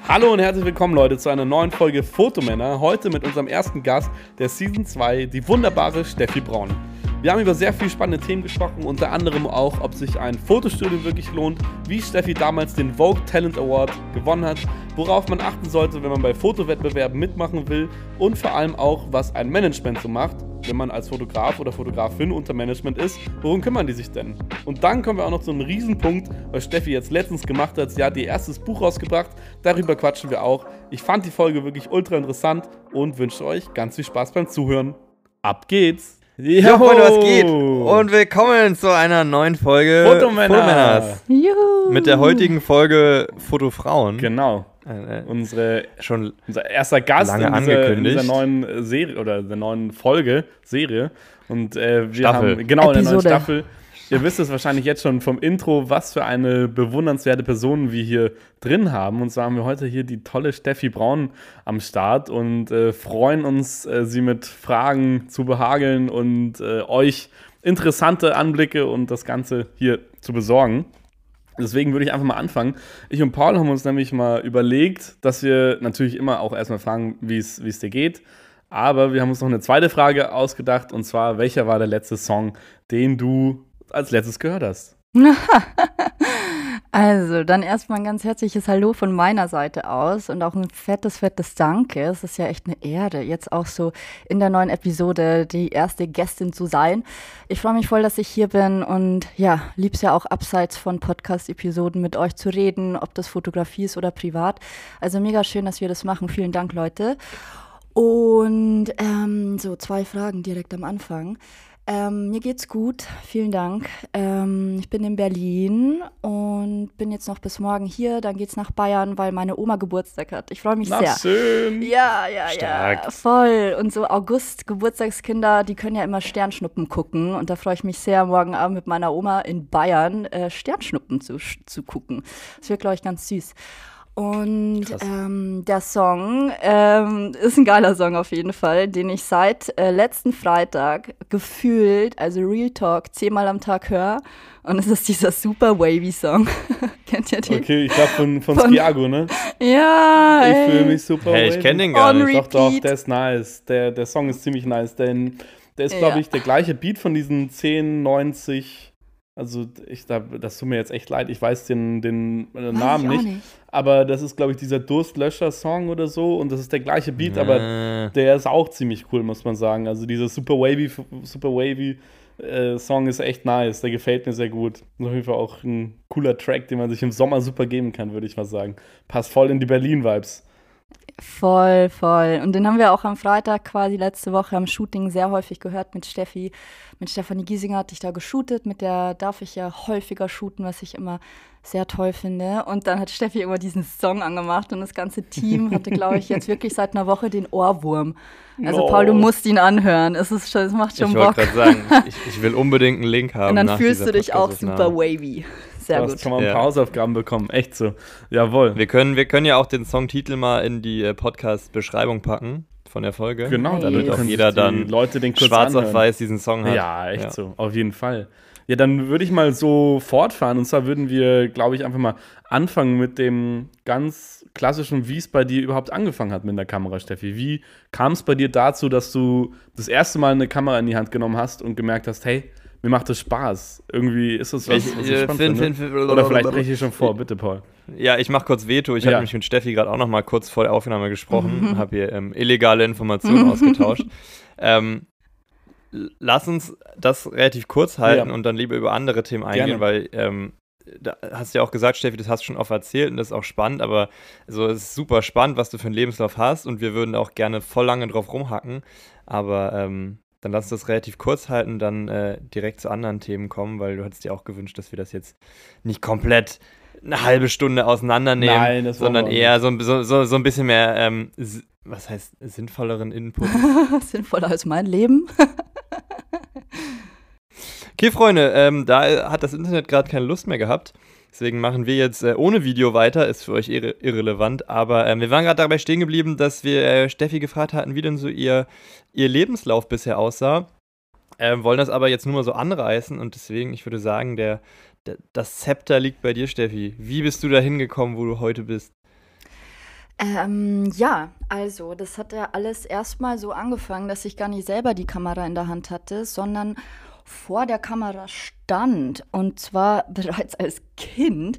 Hallo und herzlich willkommen, Leute, zu einer neuen Folge Fotomänner. Heute mit unserem ersten Gast der Season 2, die wunderbare Steffi Braun. Wir haben über sehr viele spannende Themen gesprochen, unter anderem auch, ob sich ein Fotostudio wirklich lohnt, wie Steffi damals den Vogue Talent Award gewonnen hat, worauf man achten sollte, wenn man bei Fotowettbewerben mitmachen will und vor allem auch, was ein Management so macht, wenn man als Fotograf oder Fotografin unter Management ist. Worum kümmern die sich denn? Und dann kommen wir auch noch zu einem Riesenpunkt, was Steffi jetzt letztens gemacht hat. Sie hat ihr erstes Buch rausgebracht, darüber quatschen wir auch. Ich fand die Folge wirklich ultra interessant und wünsche euch ganz viel Spaß beim Zuhören. Ab geht's! Ja, Freunde, was geht? Und willkommen zu einer neuen Folge Fotomänners. Juhu. Mit der heutigen Folge Fotofrauen. Genau. Unser erster Gast in dieser neuen Serie oder der neuen Serie. Und wir Staffel. haben genau in der neuen Staffel. Ihr wisst es wahrscheinlich jetzt schon vom Intro, was für eine bewundernswerte Person wir hier drin haben. Und zwar haben wir heute hier die tolle Steffi Braun am Start und freuen uns, sie mit Fragen zu behageln und euch interessante Anblicke und das Ganze hier zu besorgen. Deswegen würde ich einfach mal anfangen. Ich und Paul haben uns nämlich mal überlegt, dass wir natürlich immer auch erstmal fragen, wie es dir geht. Aber wir haben uns noch eine zweite Frage ausgedacht, und zwar, welcher war der letzte Song, den du als letztes gehört hast? Also, dann erstmal ein ganz herzliches Hallo von meiner Seite aus und auch ein fettes Danke. Es ist ja echt eine Ehre, jetzt auch so in der neuen Episode die erste Gästin zu sein. Ich freue mich voll, dass ich hier bin und ja, lieb's ja auch abseits von Podcast-Episoden mit euch zu reden, ob das Fotografie ist oder privat. Also mega schön, dass wir das machen. Vielen Dank, Leute. Und so 2 Fragen direkt am Anfang. Mir geht's gut, vielen Dank. Ich bin in Berlin und bin jetzt noch bis morgen hier. Dann geht's nach Bayern, weil meine Oma Geburtstag hat. Ich freue mich sehr. Schön. Ja, Stark. Voll. Und so August-Geburtstagskinder, die können ja immer Sternschnuppen gucken. Und da freue ich mich sehr, morgen Abend mit meiner Oma in Bayern Sternschnuppen zu gucken. Das wird, glaube ich, ganz süß. Und der Song ist ein geiler Song auf jeden Fall, den ich seit letzten Freitag gefühlt, also Real Talk, 10-mal am Tag höre. Und es ist dieser super wavy Song. Kennt ihr den? Okay, ich glaube von Skiago, ne? Ja, Ich fühle mich super wavy. Ich kenne den gar nicht. Doch, der ist nice. Der Song ist ziemlich nice, denn der ist, glaube ich, der gleiche Beat von diesen 1090. Also, das tut mir jetzt echt leid, ich weiß den Namen nicht. Aber das ist, glaube ich, dieser Durstlöscher-Song oder so. Und das ist der gleiche Beat, aber der ist auch ziemlich cool, muss man sagen. Also, dieser Super Wavy Song ist echt nice. Der gefällt mir sehr gut. Ist auf jeden Fall auch ein cooler Track, den man sich im Sommer super geben kann, würde ich mal sagen. Passt voll in die Berlin-Vibes. Voll. Und den haben wir auch am Freitag quasi letzte Woche am Shooting sehr häufig gehört mit Steffi. Mit Stefanie Giesinger hatte ich da geshootet, mit der darf ich ja häufiger shooten, was ich immer sehr toll finde. Und dann hat Steffi immer diesen Song angemacht und das ganze Team hatte, glaube ich, jetzt wirklich seit einer Woche den Ohrwurm. Also Paul, du musst ihn anhören. Es macht schon Bock. Ich wollte gerade sagen, ich will unbedingt einen Link haben. Und dann fühlst du dich auch super wavy. Sehr gut. Das kann man ein paar Hausaufgaben bekommen, echt so. Jawohl. Wir können ja auch den Songtitel mal in die Podcast-Beschreibung packen von der Folge. Genau, damit auch jeder dann Leute den kurz schwarz anhören. auf weiß diesen Song hat. Ja, echt so, auf jeden Fall. Ja, dann würde ich mal so fortfahren. Und zwar würden wir, glaube ich, einfach mal anfangen mit dem ganz klassischen, wie es bei dir überhaupt angefangen hat mit der Kamera, Steffi. Wie kam es bei dir dazu, dass du das erste Mal eine Kamera in die Hand genommen hast und gemerkt hast, hey, mir macht das Spaß. Irgendwie ist das was ich spannend finde. Oder vielleicht breche ich schon vor, bitte, Paul. Ja, ich mache kurz Veto. Ich habe nämlich mit Steffi gerade auch noch mal kurz vor der Aufnahme gesprochen, habe hier illegale Informationen ausgetauscht. Lass uns das relativ kurz halten und dann lieber über andere Themen eingehen, weil da hast du ja auch gesagt, Steffi, das hast du schon oft erzählt und das ist auch spannend, aber so, es ist super spannend, was du für einen Lebenslauf hast und wir würden auch gerne voll lange drauf rumhacken, aber dann lass uns das relativ kurz halten, dann direkt zu anderen Themen kommen, weil du hattest dir auch gewünscht, dass wir das jetzt nicht komplett eine halbe Stunde auseinandernehmen, sondern eher so ein bisschen mehr, was heißt sinnvolleren Input? Sinnvoller als mein Leben. Okay, Freunde, da hat das Internet gerade keine Lust mehr gehabt. Deswegen machen wir jetzt ohne Video weiter, ist für euch irrelevant. Aber wir waren gerade dabei stehen geblieben, dass wir Steffi gefragt hatten, wie denn so ihr Lebenslauf bisher aussah. Wollen das aber jetzt nur mal so anreißen und deswegen, ich würde sagen, das Zepter liegt bei dir, Steffi. Wie bist du da hingekommen, wo du heute bist? Ja, also das hat ja alles erstmal so angefangen, dass ich gar nicht selber die Kamera in der Hand hatte, sondern vor der Kamera stand. Und zwar bereits als Kind,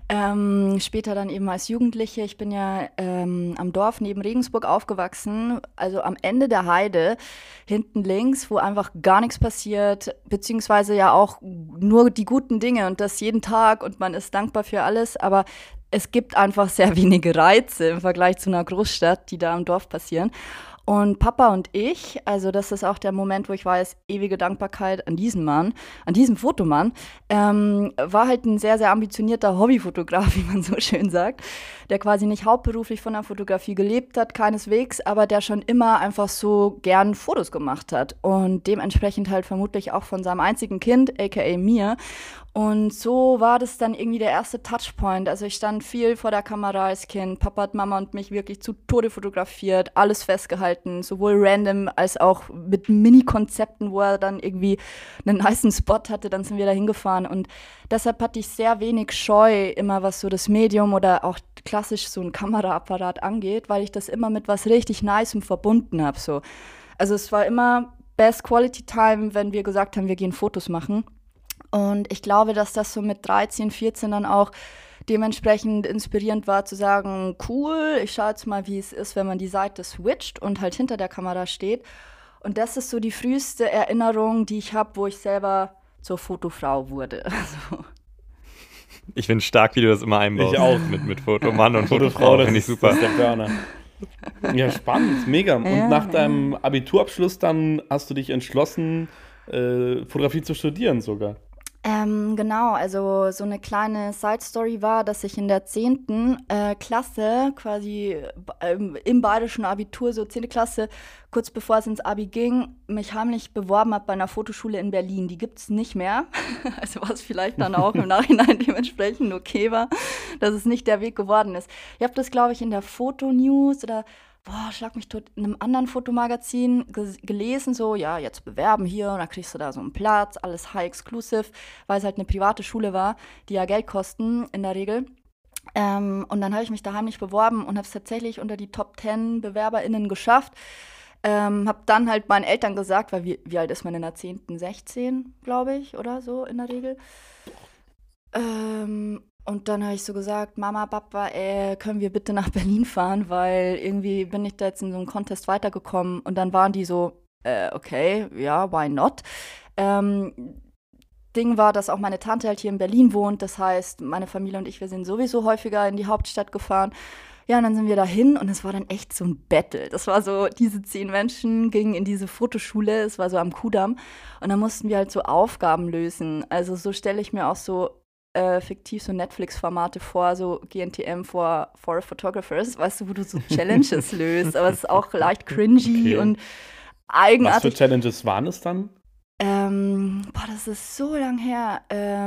später dann eben als Jugendliche. Ich bin ja am Dorf neben Regensburg aufgewachsen, also am Ende der Heide, hinten links, wo einfach gar nichts passiert, beziehungsweise ja auch nur die guten Dinge und das jeden Tag und man ist dankbar für alles, aber es gibt einfach sehr wenige Reize im Vergleich zu einer Großstadt, die da im Dorf passieren. Und Papa und ich, also das ist auch der Moment, wo ich weiß, ewige Dankbarkeit an diesen Mann, an diesen Fotomann, war halt ein sehr, sehr ambitionierter Hobbyfotograf, wie man so schön sagt, der quasi nicht hauptberuflich von der Fotografie gelebt hat, keineswegs, aber der schon immer einfach so gern Fotos gemacht hat und dementsprechend halt vermutlich auch von seinem einzigen Kind, aka mir. Und so war das dann irgendwie der erste Touchpoint. Also ich stand viel vor der Kamera als Kind. Papa hat Mama und mich wirklich zu Tode fotografiert, alles festgehalten, sowohl random als auch mit Mini-Konzepten, wo er dann irgendwie einen nicen Spot hatte, dann sind wir da hingefahren. Und deshalb hatte ich sehr wenig Scheu, immer was so das Medium oder auch klassisch so ein Kameraapparat angeht, weil ich das immer mit was richtig Nicem verbunden habe. So. Also es war immer Best Quality Time, wenn wir gesagt haben, wir gehen Fotos machen. Und ich glaube, dass das so mit 13, 14 dann auch dementsprechend inspirierend war, zu sagen, cool, ich schaue jetzt mal, wie es ist, wenn man die Seite switcht und halt hinter der Kamera steht. Und das ist so die früheste Erinnerung, die ich habe, wo ich selber zur Fotofrau wurde. Also. Ich finde es stark, wie du das immer einbaust. Ich auch. Mit Fotomann und Fotofrau, finde ich super. Das ist der Burner. Ja, spannend, mega. Und nach deinem Abiturabschluss dann hast du dich entschlossen, Fotografie zu studieren sogar. Genau, also so eine kleine Side-Story war, dass ich in der 10. Klasse, quasi im bayerischen Abitur, so 10. Klasse, kurz bevor es ins Abi ging, mich heimlich beworben habe bei einer Fotoschule in Berlin. Die gibt es nicht mehr, also was vielleicht dann auch im Nachhinein dementsprechend okay war, dass es nicht der Weg geworden ist. Ich habe das, glaube ich, in der Fotonews oder schlag mich tot, in einem anderen Fotomagazin gelesen, so, ja, jetzt bewerben hier und dann kriegst du da so einen Platz, alles high exclusive, weil es halt eine private Schule war, die ja Geld kosten in der Regel. Und dann habe ich mich da heimlich beworben und habe es tatsächlich unter die Top 10 BewerberInnen geschafft. Habe dann halt meinen Eltern gesagt, weil wie alt ist man in der 10., 16, glaube ich, oder so in der Regel. Und dann habe ich so gesagt, Mama, Papa, können wir bitte nach Berlin fahren, weil irgendwie bin ich da jetzt in so einem Contest weitergekommen. Und dann waren die so, okay, ja, why not? Ding war, dass auch meine Tante halt hier in Berlin wohnt. Das heißt, meine Familie und ich, wir sind sowieso häufiger in die Hauptstadt gefahren. Ja, und dann sind wir dahin und es war dann echt so ein Battle. Das war so, diese 10 Menschen gingen in diese Fotoschule, es war so am Kudamm. Und dann mussten wir halt so Aufgaben lösen. Also so stelle ich mir auch so fiktiv so Netflix-Formate vor, so GNTM for Photographers, weißt du, wo du so Challenges löst, aber es ist auch leicht cringy und eigenartig. Was für Challenges waren es dann? Das ist so lang her.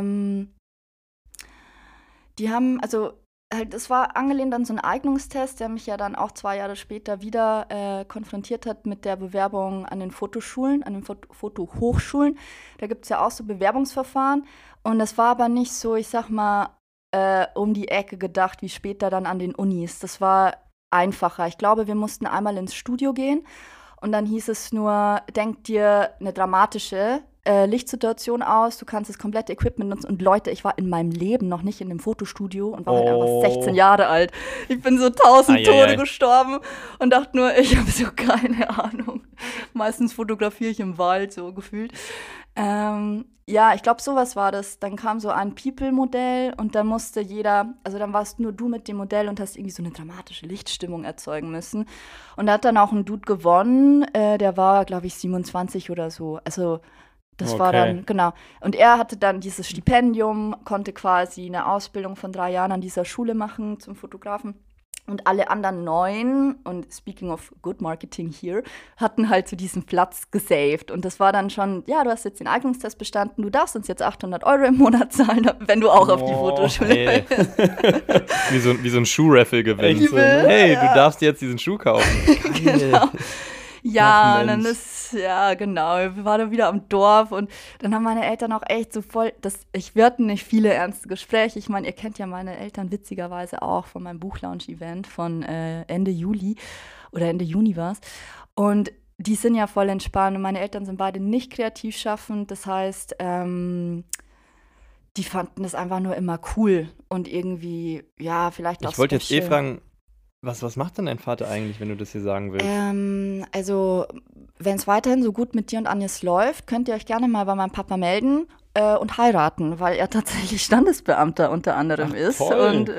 Die haben, also halt, es war angelehnt an so einen Eignungstest, der mich ja dann auch 2 Jahre später wieder konfrontiert hat mit der Bewerbung an den Fotoschulen, an den Fotohochschulen. Da gibt es ja auch so Bewerbungsverfahren. Und das war aber nicht so, ich sag mal, um die Ecke gedacht, wie später dann an den Unis. Das war einfacher. Ich glaube, wir mussten einmal ins Studio gehen und dann hieß es nur, denk dir eine dramatische Lichtsituation aus, du kannst das komplette Equipment nutzen. Und Leute, ich war in meinem Leben noch nicht in einem Fotostudio und war halt einfach 16 Jahre alt. Ich bin so 1000 Tode gestorben und dachte nur, ich habe so keine Ahnung. Meistens fotografiere ich im Wald, so gefühlt. Ja, ich glaube, sowas war das. Dann kam so ein People-Modell und dann musste jeder, also dann warst nur du mit dem Modell und hast irgendwie so eine dramatische Lichtstimmung erzeugen müssen. Und da hat dann auch ein Dude gewonnen, der war, glaube ich, 27 oder so. Also das war dann, genau. Und er hatte dann dieses Stipendium, konnte quasi eine Ausbildung von 3 Jahren an dieser Schule machen zum Fotografen. Und alle anderen 9, und speaking of good marketing here, hatten halt so diesen Platz gesaved. Und das war dann schon, ja, du hast jetzt den Eignungstest bestanden, du darfst uns jetzt 800 € im Monat zahlen, wenn du auch auf die Fotoschule willst. Wie so ein Schuhraffle gewinnst. So, hey, du darfst jetzt diesen Schuh kaufen. Genau. Ja, und dann genau, wir waren dann wieder am Dorf und dann haben meine Eltern auch echt so voll, wir hatten nicht viele ernste Gespräche. Ich meine, ihr kennt ja meine Eltern witzigerweise auch von meinem Buchlaunch-Event von Ende Juli oder Ende Juni war es. Und die sind ja voll entspannt und meine Eltern sind beide nicht kreativ schaffend. Das heißt, die fanden das einfach nur immer cool und irgendwie, ja, vielleicht auch Ich wollte jetzt fragen, was macht denn dein Vater eigentlich, wenn du das hier sagen willst? Also, wenn es weiterhin so gut mit dir und Agnes läuft, könnt ihr euch gerne mal bei meinem Papa melden und heiraten, weil er tatsächlich Standesbeamter unter anderem ist. Toll. Und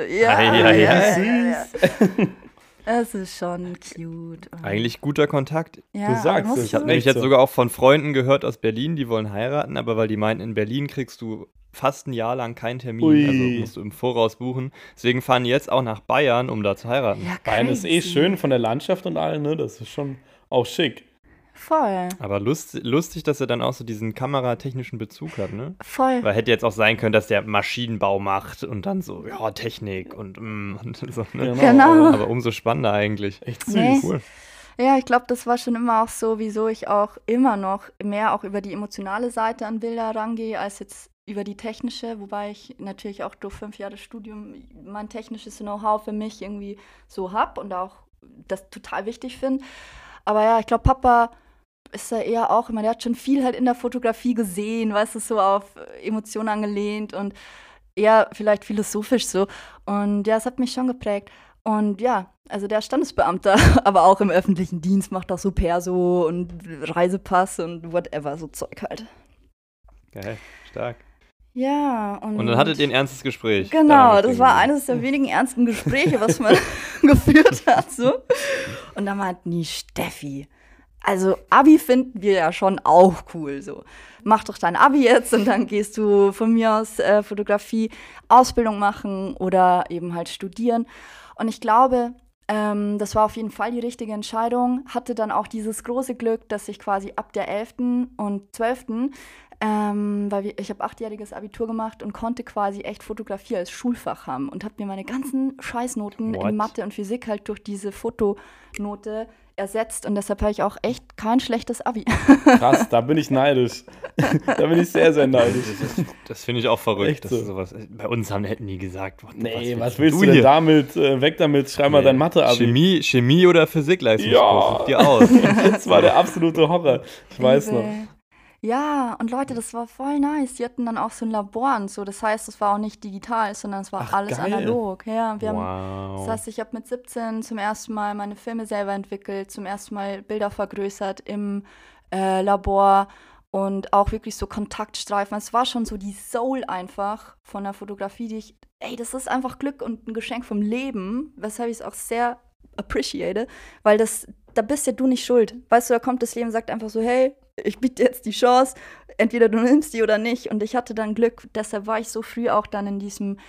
süß. Es ist schon cute. Eigentlich guter Kontakt. Ja, Du sagst es. Ich habe nämlich jetzt sogar auch von Freunden gehört aus Berlin, die wollen heiraten, aber weil die meinten, in Berlin kriegst du fast ein Jahr lang keinen Termin, also musst du im Voraus buchen. Deswegen fahren die jetzt auch nach Bayern, um da zu heiraten. Ja, Bayern ist schön von der Landschaft und allem, ne? Das ist schon auch schick. Voll. Aber lustig, dass er dann auch so diesen kameratechnischen Bezug hat, ne? Voll. Weil hätte jetzt auch sein können, dass der Maschinenbau macht und dann so, ja, Technik und so, ne? Genau. Aber umso spannender eigentlich. Echt süß. Nee. Cool. Ja, ich glaube, das war schon immer auch so, wieso ich auch immer noch mehr auch über die emotionale Seite an Bilder rangehe, als jetzt über die technische, wobei ich natürlich auch durch 5 Jahre Studium mein technisches Know-how für mich irgendwie so habe und auch das total wichtig finde. Aber ja, ich glaube, Papa ist da eher auch immer, der hat schon viel halt in der Fotografie gesehen, weißt du, so auf Emotionen angelehnt und eher vielleicht philosophisch so. Und ja, es hat mich schon geprägt. Und ja, also der ist Standesbeamter, aber auch im öffentlichen Dienst macht auch so Perso und Reisepass und whatever, so Zeug halt. Geil, stark. Ja, Und dann hattet ihr ein ernstes Gespräch. Genau, das war eines der wenigen ernsten Gespräche, was man geführt hat. So. Und da meinten die, Steffi, also Abi finden wir ja schon auch cool. So. Mach doch dein Abi jetzt und dann gehst du von mir aus Fotografie, Ausbildung machen oder eben halt studieren. Und ich glaube, das war auf jeden Fall die richtige Entscheidung. Hatte dann auch dieses große Glück, dass ich quasi ab der 11. und 12. Weil ich habe 8-jähriges Abitur gemacht und konnte quasi echt Fotografie als Schulfach haben und habe mir meine ganzen Scheißnoten in Mathe und Physik halt durch diese Fotonote ersetzt und deshalb habe ich auch echt kein schlechtes Abi. Krass, da bin ich neidisch. Da bin ich sehr, sehr neidisch. Das finde ich auch verrückt. Echt so. Sowas, bei uns hätten nie gesagt, was willst du denn damit? Weg damit, schreib mal dein Mathe-Abi. Chemie oder Physik-Leistungskurs, such dir aus. Das war der absolute Horror. Ich weiß noch. Ja, und Leute, das war voll nice. Die hatten dann auch so ein Labor und so. Das heißt, es war auch nicht digital, sondern es war alles geil. analog. Ja, das heißt, ich habe mit 17 zum ersten Mal meine Filme selber entwickelt, zum ersten Mal Bilder vergrößert im Labor und auch wirklich so Kontaktstreifen. Es war schon so die Soul einfach von der Fotografie, das ist einfach Glück und ein Geschenk vom Leben, weshalb ich es auch sehr appreciate, weil da bist ja du nicht schuld. Weißt du, da kommt das Leben und sagt einfach so, hey, ich biete dir jetzt die Chance, entweder du nimmst die oder nicht. Und ich hatte dann Glück, deshalb war ich so früh auch dann in diesem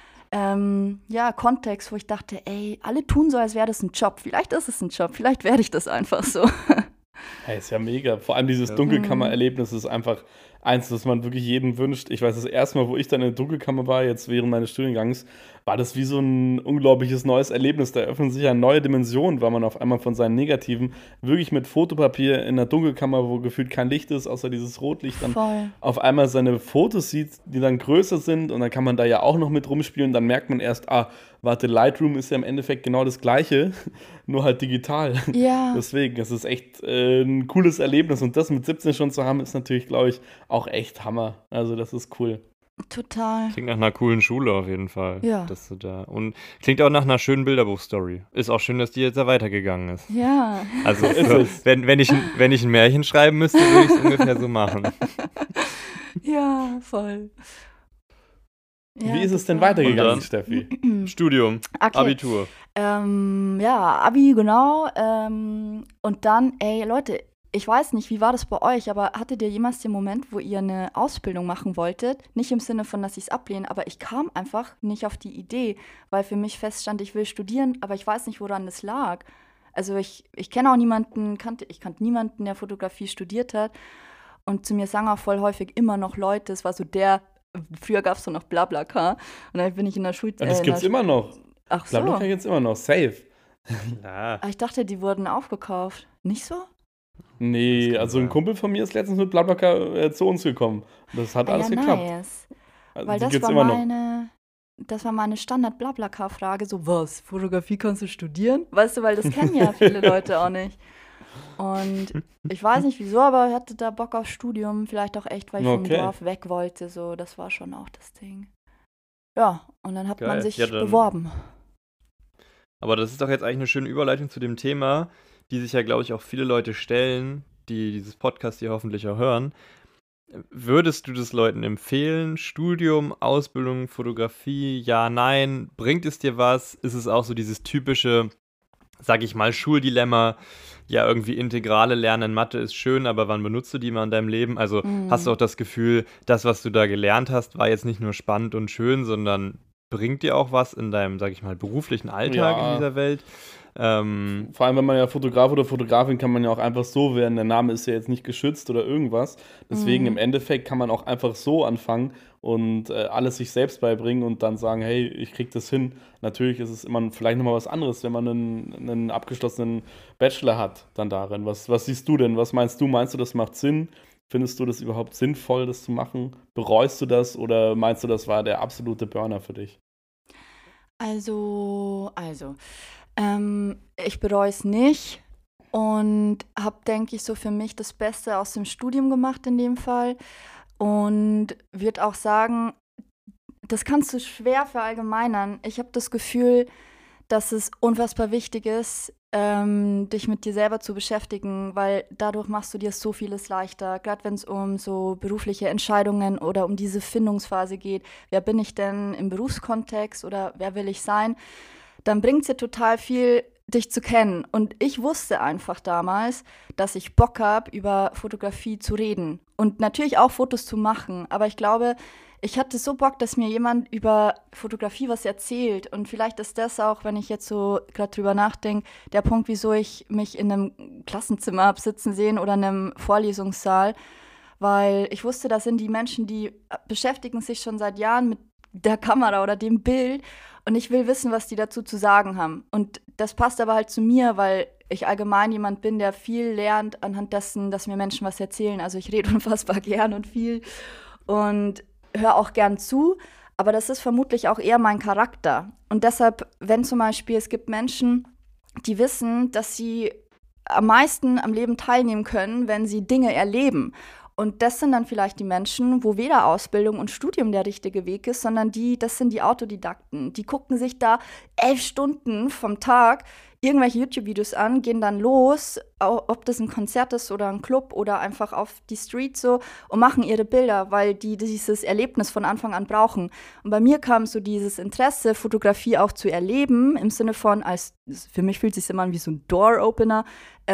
Kontext, wo ich dachte, ey, alle tun so, als wäre das ein Job. Vielleicht ist es ein Job, vielleicht werde ich das einfach so. Hey, ist ja mega. Vor allem dieses Dunkelkammererlebnis ist einfach eins, das man wirklich jedem wünscht. Ich weiß, das erste Mal, wo ich dann in der Dunkelkammer war, jetzt während meines Studiengangs, war das wie so ein unglaubliches neues Erlebnis. Da öffnen sich ja neue Dimensionen, weil man auf einmal von seinen Negativen wirklich mit Fotopapier in der Dunkelkammer, wo gefühlt kein Licht ist, außer dieses Rotlicht, dann auf einmal seine Fotos sieht, die dann größer sind und dann kann man da ja auch noch mit rumspielen. Dann merkt man erst, warte, Lightroom ist ja im Endeffekt genau das Gleiche, nur halt digital. Ja. Deswegen, es ist echt ein cooles Erlebnis und das mit 17 schon zu haben, ist natürlich, glaube ich, auch echt Hammer. Also das ist cool. Total. Klingt nach einer coolen Schule auf jeden Fall. Ja. Dass du da und klingt auch nach einer schönen Bilderbuchstory. Ist auch schön, dass die jetzt da weitergegangen ist. Ja. Also wenn ich ein Märchen schreiben müsste, würde ich es ungefähr so machen. Ja, voll. Ja, wie ist es denn weitergegangen, Steffi? Studium, okay. Abitur. Abi, genau. Und dann, Leute, ich weiß nicht, wie war das bei euch, aber hattet ihr jemals den Moment, wo ihr eine Ausbildung machen wolltet? Nicht im Sinne von, dass ich es ablehne, aber ich kam einfach nicht auf die Idee, weil für mich feststand, ich will studieren, aber ich weiß nicht, woran das lag. Also ich kenne auch kannte niemanden, der Fotografie studiert hat. Und zu mir sagen auch voll häufig immer noch Leute, es war so früher gab es so noch BlaBlaCar und dann bin ich in der Schule. Das gibt's immer noch. Ach so. BlaBlaCar gibt's immer noch, safe. Ja. Ich dachte, die wurden aufgekauft. Nicht so? Nee, also ein Kumpel von mir ist letztens mit BlaBlaCar zu uns gekommen. Das hat alles geklappt. Nice. Also Weil die das gibt's war immer noch. das war meine Standard-BlaBlaCar-Frage, so was, Fotografie kannst du studieren? Weißt du, weil das kennen ja viele Leute auch nicht. Und ich weiß nicht wieso, aber ich hatte da Bock auf Studium, vielleicht auch echt, weil ich vom Okay. Dorf weg wollte, so, das war schon auch das Ding. Ja, und dann hat man Geil. sich Ja, dann- beworben. Aber das ist doch jetzt eigentlich eine schöne Überleitung zu dem Thema, die sich ja, glaube ich, auch viele Leute stellen, die dieses Podcast hier hoffentlich auch hören. Würdest du das Leuten empfehlen? Studium, Ausbildung, Fotografie, ja, nein? Bringt es dir was? Ist es auch so dieses typische, sag ich mal, Schuldilemma? Ja, irgendwie Integrale lernen in Mathe ist schön, aber wann benutzt du die mal in deinem Leben? Also hast du auch das Gefühl, das, was du da gelernt hast, war jetzt nicht nur spannend und schön, sondern bringt dir auch was in deinem, sag ich mal, beruflichen Alltag in Ja. dieser Welt? Vor allem, wenn man ja Fotograf oder Fotografin, kann man ja auch einfach so werden. Der Name ist ja jetzt nicht geschützt oder irgendwas. Deswegen im Endeffekt kann man auch einfach so anfangen und alles sich selbst beibringen und dann sagen, hey, ich krieg das hin. Natürlich ist es immer vielleicht nochmal was anderes, wenn man einen abgeschlossenen Bachelor hat dann darin. Was siehst du denn? Was meinst du? Meinst du, das macht Sinn? Findest du das überhaupt sinnvoll, das zu machen? Bereust du das oder meinst du, das war der absolute Burner für dich? Also, ich bereue es nicht und habe, denke ich, so für mich das Beste aus dem Studium gemacht in dem Fall und würde auch sagen, das kannst du schwer verallgemeinern. Ich habe das Gefühl, dass es unfassbar wichtig ist, dich mit dir selber zu beschäftigen, weil dadurch machst du dir so vieles leichter, gerade wenn es um so berufliche Entscheidungen oder um diese Findungsphase geht. Wer bin ich denn im Berufskontext oder wer will ich sein? Dann bringt es dir total viel, dich zu kennen. Und ich wusste einfach damals, dass ich Bock habe, über Fotografie zu reden und natürlich auch Fotos zu machen. Aber ich glaube, ich hatte so Bock, dass mir jemand über Fotografie was erzählt. Und vielleicht ist das auch, wenn ich jetzt so gerade drüber nachdenke, der Punkt, wieso ich mich in einem Klassenzimmer habe sitzen sehen oder in einem Vorlesungssaal. Weil ich wusste, das sind die Menschen, die beschäftigen sich schon seit Jahren mit der Kamera oder dem Bild. Und ich will wissen, was die dazu zu sagen haben. Und das passt aber halt zu mir, weil ich allgemein jemand bin, der viel lernt anhand dessen, dass mir Menschen was erzählen. Also ich rede unfassbar gern und viel und höre auch gern zu. Aber das ist vermutlich auch eher mein Charakter. Und deshalb, wenn zum Beispiel es gibt Menschen, die wissen, dass sie am meisten am Leben teilnehmen können, wenn sie Dinge erleben. Und das sind dann vielleicht die Menschen, wo weder Ausbildung und Studium der richtige Weg ist, sondern das sind die Autodidakten. Die gucken sich da 11 Stunden vom Tag irgendwelche YouTube-Videos an, gehen dann los, ob das ein Konzert ist oder ein Club oder einfach auf die Street so und machen ihre Bilder, weil die dieses Erlebnis von Anfang an brauchen. Und bei mir kam so dieses Interesse, Fotografie auch zu erleben, im Sinne von, für mich fühlt es sich immer an wie so ein Door-Opener,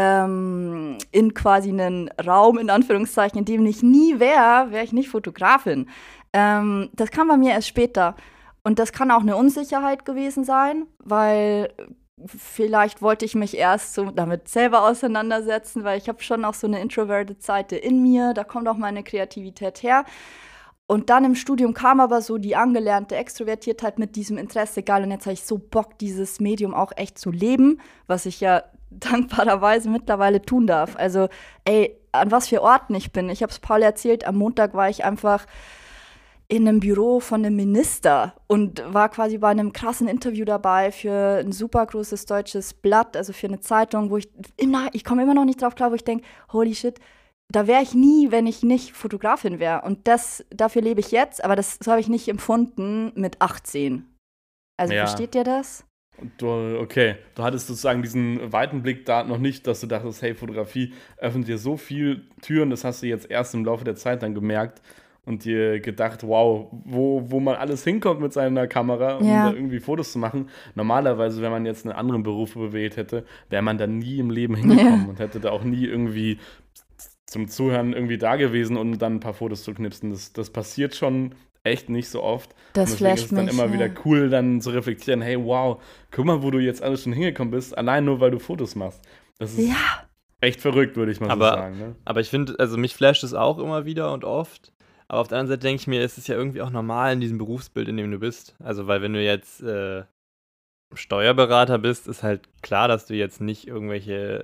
in quasi einen Raum, in Anführungszeichen, in dem ich nie wäre ich nicht Fotografin. Das kam bei mir erst später. Und das kann auch eine Unsicherheit gewesen sein, weil vielleicht wollte ich mich erst so damit selber auseinandersetzen, weil ich habe schon auch so eine introverted Seite in mir, da kommt auch meine Kreativität her. Und dann im Studium kam aber so die angelernte Extrovertiertheit mit diesem Interesse, geil, und jetzt habe ich so Bock, dieses Medium auch echt zu leben, was ich ja dankbarerweise mittlerweile tun darf. Also, ey, an was für Orten ich bin. Ich habe es Paul erzählt, am Montag war ich einfach in einem Büro von einem Minister und war quasi bei einem krassen Interview dabei für ein super großes deutsches Blatt, also für eine Zeitung, wo ich komme immer noch nicht drauf klar, wo ich denke, holy shit, da wäre ich nie, wenn ich nicht Fotografin wäre. Und dafür lebe ich jetzt, aber so habe ich nicht empfunden mit 18. Also Ja. versteht ihr das? Okay, du hattest sozusagen diesen weiten Blick da noch nicht, dass du dachtest, hey, Fotografie öffnet dir so viel Türen, das hast du jetzt erst im Laufe der Zeit dann gemerkt und dir gedacht, wow, wo man alles hinkommt mit seiner Kamera, um Ja. da irgendwie Fotos zu machen. Normalerweise, wenn man jetzt einen anderen Beruf gewählt hätte, wäre man da nie im Leben hingekommen und hätte da auch nie irgendwie zum Zuhören irgendwie da gewesen und dann ein paar Fotos zu knipsen. Das passiert schon echt nicht so oft. Das und deswegen flasht ist es dann mich, immer ja. wieder cool, dann zu reflektieren, hey, wow, guck mal, wo du jetzt alles schon hingekommen bist, allein nur, weil du Fotos machst. Das ist Ja. echt verrückt, würde ich mal so sagen. Ne? Aber ich finde, also mich flasht es auch immer wieder und oft. Aber auf der anderen Seite denke ich mir, es ist ja irgendwie auch normal in diesem Berufsbild, in dem du bist. Also, weil wenn du jetzt Steuerberater bist, ist halt klar, dass du jetzt nicht irgendwelche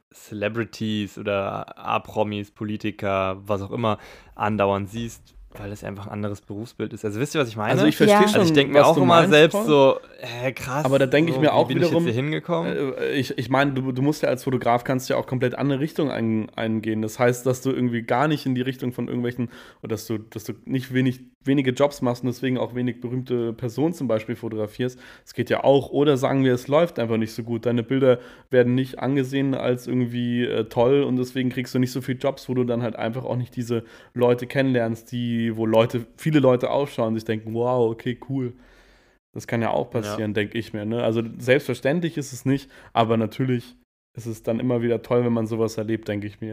Celebrities oder A-Promis, Politiker, was auch immer, andauernd siehst, weil das einfach ein anderes Berufsbild ist. Also wisst ihr, was ich meine? Also ich verstehe schon, also ich denke mir auch immer selbst so, krass. Aber da denke ich mir auch wie bin wiederum, ich jetzt hier hingekommen? Ich meine, du musst ja als Fotograf, kannst ja auch komplett andere Richtungen eingehen. Das heißt, dass du irgendwie gar nicht in die Richtung von irgendwelchen, oder dass du nicht wenige Jobs machst und deswegen auch wenig berühmte Personen zum Beispiel fotografierst. Das geht ja auch. Oder sagen wir, es läuft einfach nicht so gut. Deine Bilder werden nicht angesehen als irgendwie toll und deswegen kriegst du nicht so viele Jobs, wo du dann halt einfach auch nicht diese Leute kennenlernst, wo viele Leute aufschauen und sich denken, wow, okay, cool. Das kann ja auch passieren, denke ich mir. Ne? Also selbstverständlich ist es nicht, aber natürlich ist es dann immer wieder toll, wenn man sowas erlebt, denke ich mir.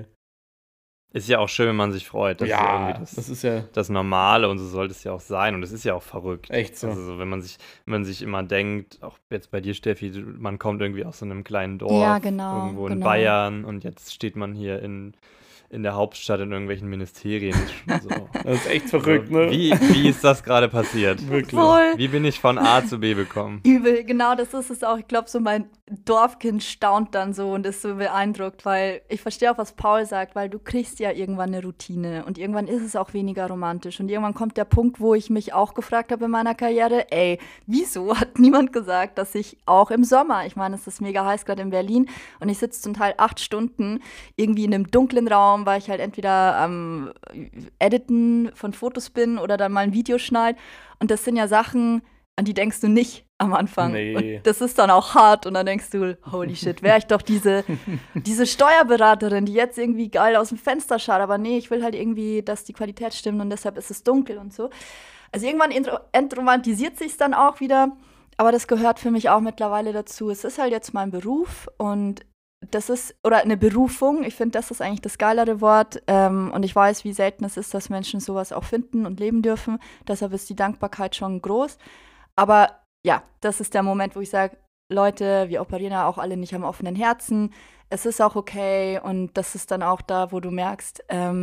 Ist ja auch schön, wenn man sich freut. Das ist ja irgendwie das Normale und so sollte es ja auch sein. Und es ist ja auch verrückt. Echt so. Also wenn man sich immer denkt, auch jetzt bei dir, Steffi, man kommt irgendwie aus so einem kleinen Dorf irgendwo in Bayern und jetzt steht man hier in der Hauptstadt in irgendwelchen Ministerien. Ist schon so. Das ist echt verrückt, ne? Wie ist das gerade passiert? Wirklich. Voll. Wie bin ich von A zu B gekommen? Übel, genau, das ist es auch. Ich glaube, so mein Dorfkind staunt dann so und ist so beeindruckt, weil ich verstehe auch, was Paul sagt, weil du kriegst ja irgendwann eine Routine und irgendwann ist es auch weniger romantisch und irgendwann kommt der Punkt, wo ich mich auch gefragt habe in meiner Karriere, wieso hat niemand gesagt, dass ich auch im Sommer, ich meine, es ist mega heiß gerade in Berlin und ich sitze zum Teil 8 Stunden irgendwie in einem dunklen Raum, weil ich halt entweder am Editen von Fotos bin oder dann mal ein Video schneide und das sind ja Sachen, an die denkst du nicht am Anfang. Nee. Und das ist dann auch hart und dann denkst du, holy shit, wäre ich doch diese Steuerberaterin, die jetzt irgendwie geil aus dem Fenster schaut, aber nee, ich will halt irgendwie, dass die Qualität stimmt und deshalb ist es dunkel und so. Also irgendwann entromantisiert sich's dann auch wieder, aber das gehört für mich auch mittlerweile dazu. Es ist halt jetzt mein Beruf und das ist, oder eine Berufung, ich finde, das ist eigentlich das geilere Wort und ich weiß, wie selten es ist, dass Menschen sowas auch finden und leben dürfen, deshalb ist die Dankbarkeit schon groß. Aber ja, das ist der Moment, wo ich sage, Leute, wir operieren ja auch alle nicht am offenen Herzen. Es ist auch okay und das ist dann auch da, wo du merkst,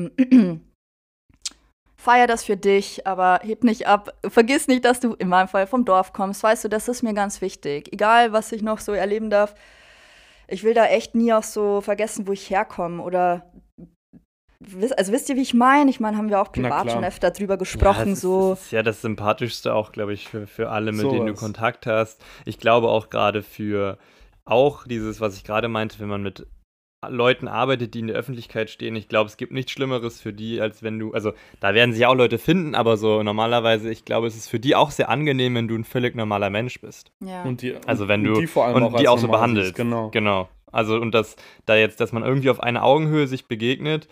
feier das für dich, aber heb nicht ab. Vergiss nicht, dass du in meinem Fall vom Dorf kommst. Weißt du, das ist mir ganz wichtig. Egal, was ich noch so erleben darf, ich will da echt nie auch so vergessen, wo ich herkomme oder wisst ihr, wie ich meine? Ich meine, haben wir auch privat schon öfter drüber gesprochen. Das ist ja das Sympathischste auch, glaube ich, für alle, mit denen du Kontakt hast. Ich glaube auch gerade für auch dieses, was ich gerade meinte, wenn man mit Leuten arbeitet, die in der Öffentlichkeit stehen. Ich glaube, es gibt nichts Schlimmeres für die, als wenn du, also da werden sich auch Leute finden, aber so normalerweise, ich glaube, es ist für die auch sehr angenehm, wenn du ein völlig normaler Mensch bist. Ja. Und die vor allem auch so behandelst. Genau. Also und dass man irgendwie auf einer Augenhöhe sich begegnet.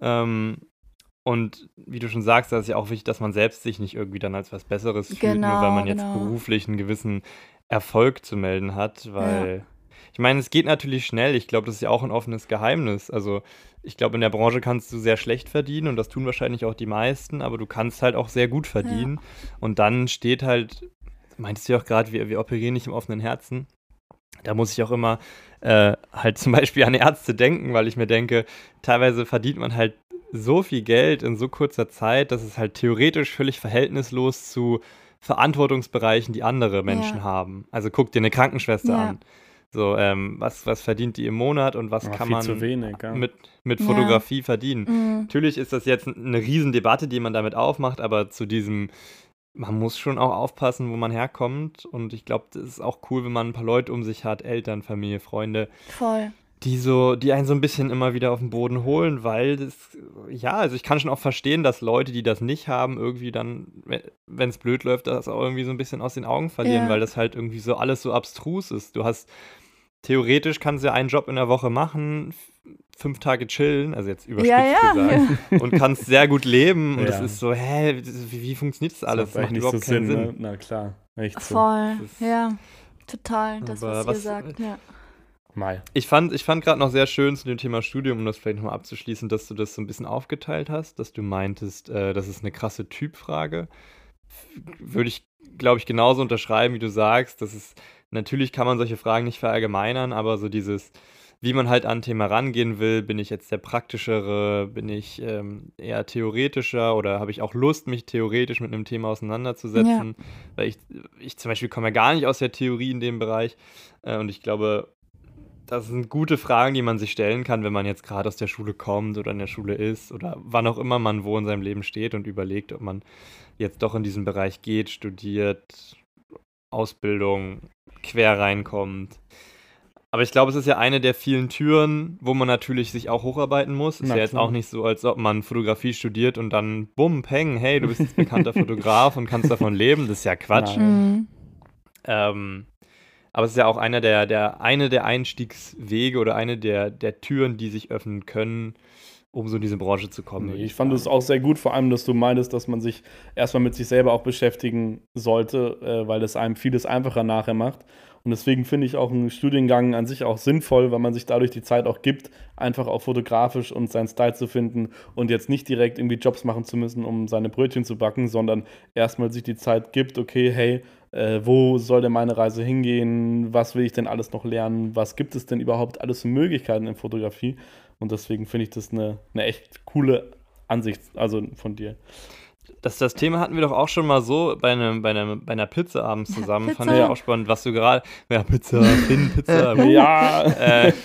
Und wie du schon sagst, da ist ja auch wichtig, dass man selbst sich nicht irgendwie dann als was Besseres fühlt, nur weil man jetzt beruflich einen gewissen Erfolg zu melden hat, weil ich meine, es geht natürlich schnell. Ich glaube, das ist ja auch ein offenes Geheimnis. Also ich glaube, in der Branche kannst du sehr schlecht verdienen und das tun wahrscheinlich auch die meisten, aber du kannst halt auch sehr gut verdienen. Ja. Und dann steht halt, meintest du ja auch gerade, wir operieren nicht im offenen Herzen. Da muss ich auch immer halt zum Beispiel an Ärzte denken, weil ich mir denke, teilweise verdient man halt so viel Geld in so kurzer Zeit, dass es halt theoretisch völlig verhältnislos zu Verantwortungsbereichen, die andere Menschen haben. Also guck dir eine Krankenschwester an. So, was verdient die im Monat und was kann man mit Fotografie verdienen? Mhm. Natürlich ist das jetzt eine Riesendebatte, die man damit aufmacht, aber zu diesem, man muss schon auch aufpassen, wo man herkommt und ich glaube, das ist auch cool, wenn man ein paar Leute um sich hat, Eltern, Familie, Freunde. Voll. Die einen so ein bisschen immer wieder auf den Boden holen, weil das, also ich kann schon auch verstehen, dass Leute, die das nicht haben, irgendwie dann, wenn es blöd läuft, das auch irgendwie so ein bisschen aus den Augen verlieren, weil das halt irgendwie so alles so abstrus ist. Theoretisch kannst du ja einen Job in der Woche machen, 5 Tage chillen, also jetzt überspitzt gesagt, und kannst sehr gut leben und es ist so, wie funktioniert das alles? Das macht überhaupt keinen Sinn. Ne? Na klar, echt so. Voll, total, das, was ihr sagt, Mai. Ich fand gerade noch sehr schön zu dem Thema Studium, um das vielleicht nochmal abzuschließen, dass du das so ein bisschen aufgeteilt hast, dass du meintest, das ist eine krasse Typfrage. Würde ich, glaube ich, genauso unterschreiben, wie du sagst. Natürlich kann man solche Fragen nicht verallgemeinern, aber so dieses, wie man halt an ein Thema rangehen will, bin ich jetzt der Praktischere, bin ich eher theoretischer oder habe ich auch Lust, mich theoretisch mit einem Thema auseinanderzusetzen? Weil ich zum Beispiel komme ja gar nicht aus der Theorie in dem Bereich und ich glaube, das sind gute Fragen, die man sich stellen kann, wenn man jetzt gerade aus der Schule kommt oder in der Schule ist oder wann auch immer man wo in seinem Leben steht und überlegt, ob man jetzt doch in diesen Bereich geht, studiert, Ausbildung, quer reinkommt. Aber ich glaube, es ist ja eine der vielen Türen, wo man natürlich sich auch hocharbeiten muss. Ist ja jetzt auch nicht so, als ob man Fotografie studiert und dann bumm, peng, hey, du bist jetzt bekannter Fotograf und kannst davon leben. Das ist ja Quatsch. Aber es ist ja auch eine der Einstiegswege oder eine der Türen, die sich öffnen können, um so in diese Branche zu kommen. Ich fand es auch sehr gut, vor allem, dass du meintest, dass man sich erstmal mit sich selber auch beschäftigen sollte, weil es einem vieles einfacher nachher macht. Und deswegen finde ich auch einen Studiengang an sich auch sinnvoll, weil man sich dadurch die Zeit auch gibt, einfach auch fotografisch und seinen Style zu finden und jetzt nicht direkt irgendwie Jobs machen zu müssen, um seine Brötchen zu backen, sondern erstmal sich die Zeit gibt, okay, hey, wo soll denn meine Reise hingehen? Was will ich denn alles noch lernen? Was gibt es denn überhaupt alles für Möglichkeiten in Fotografie? Und deswegen finde ich das eine echt coole Ansicht, also von dir. Das Thema hatten wir doch auch schon mal so bei einer Pizza abends zusammen. Fand ich ja auch spannend, was du gerade. Ja, Pizza. Ja.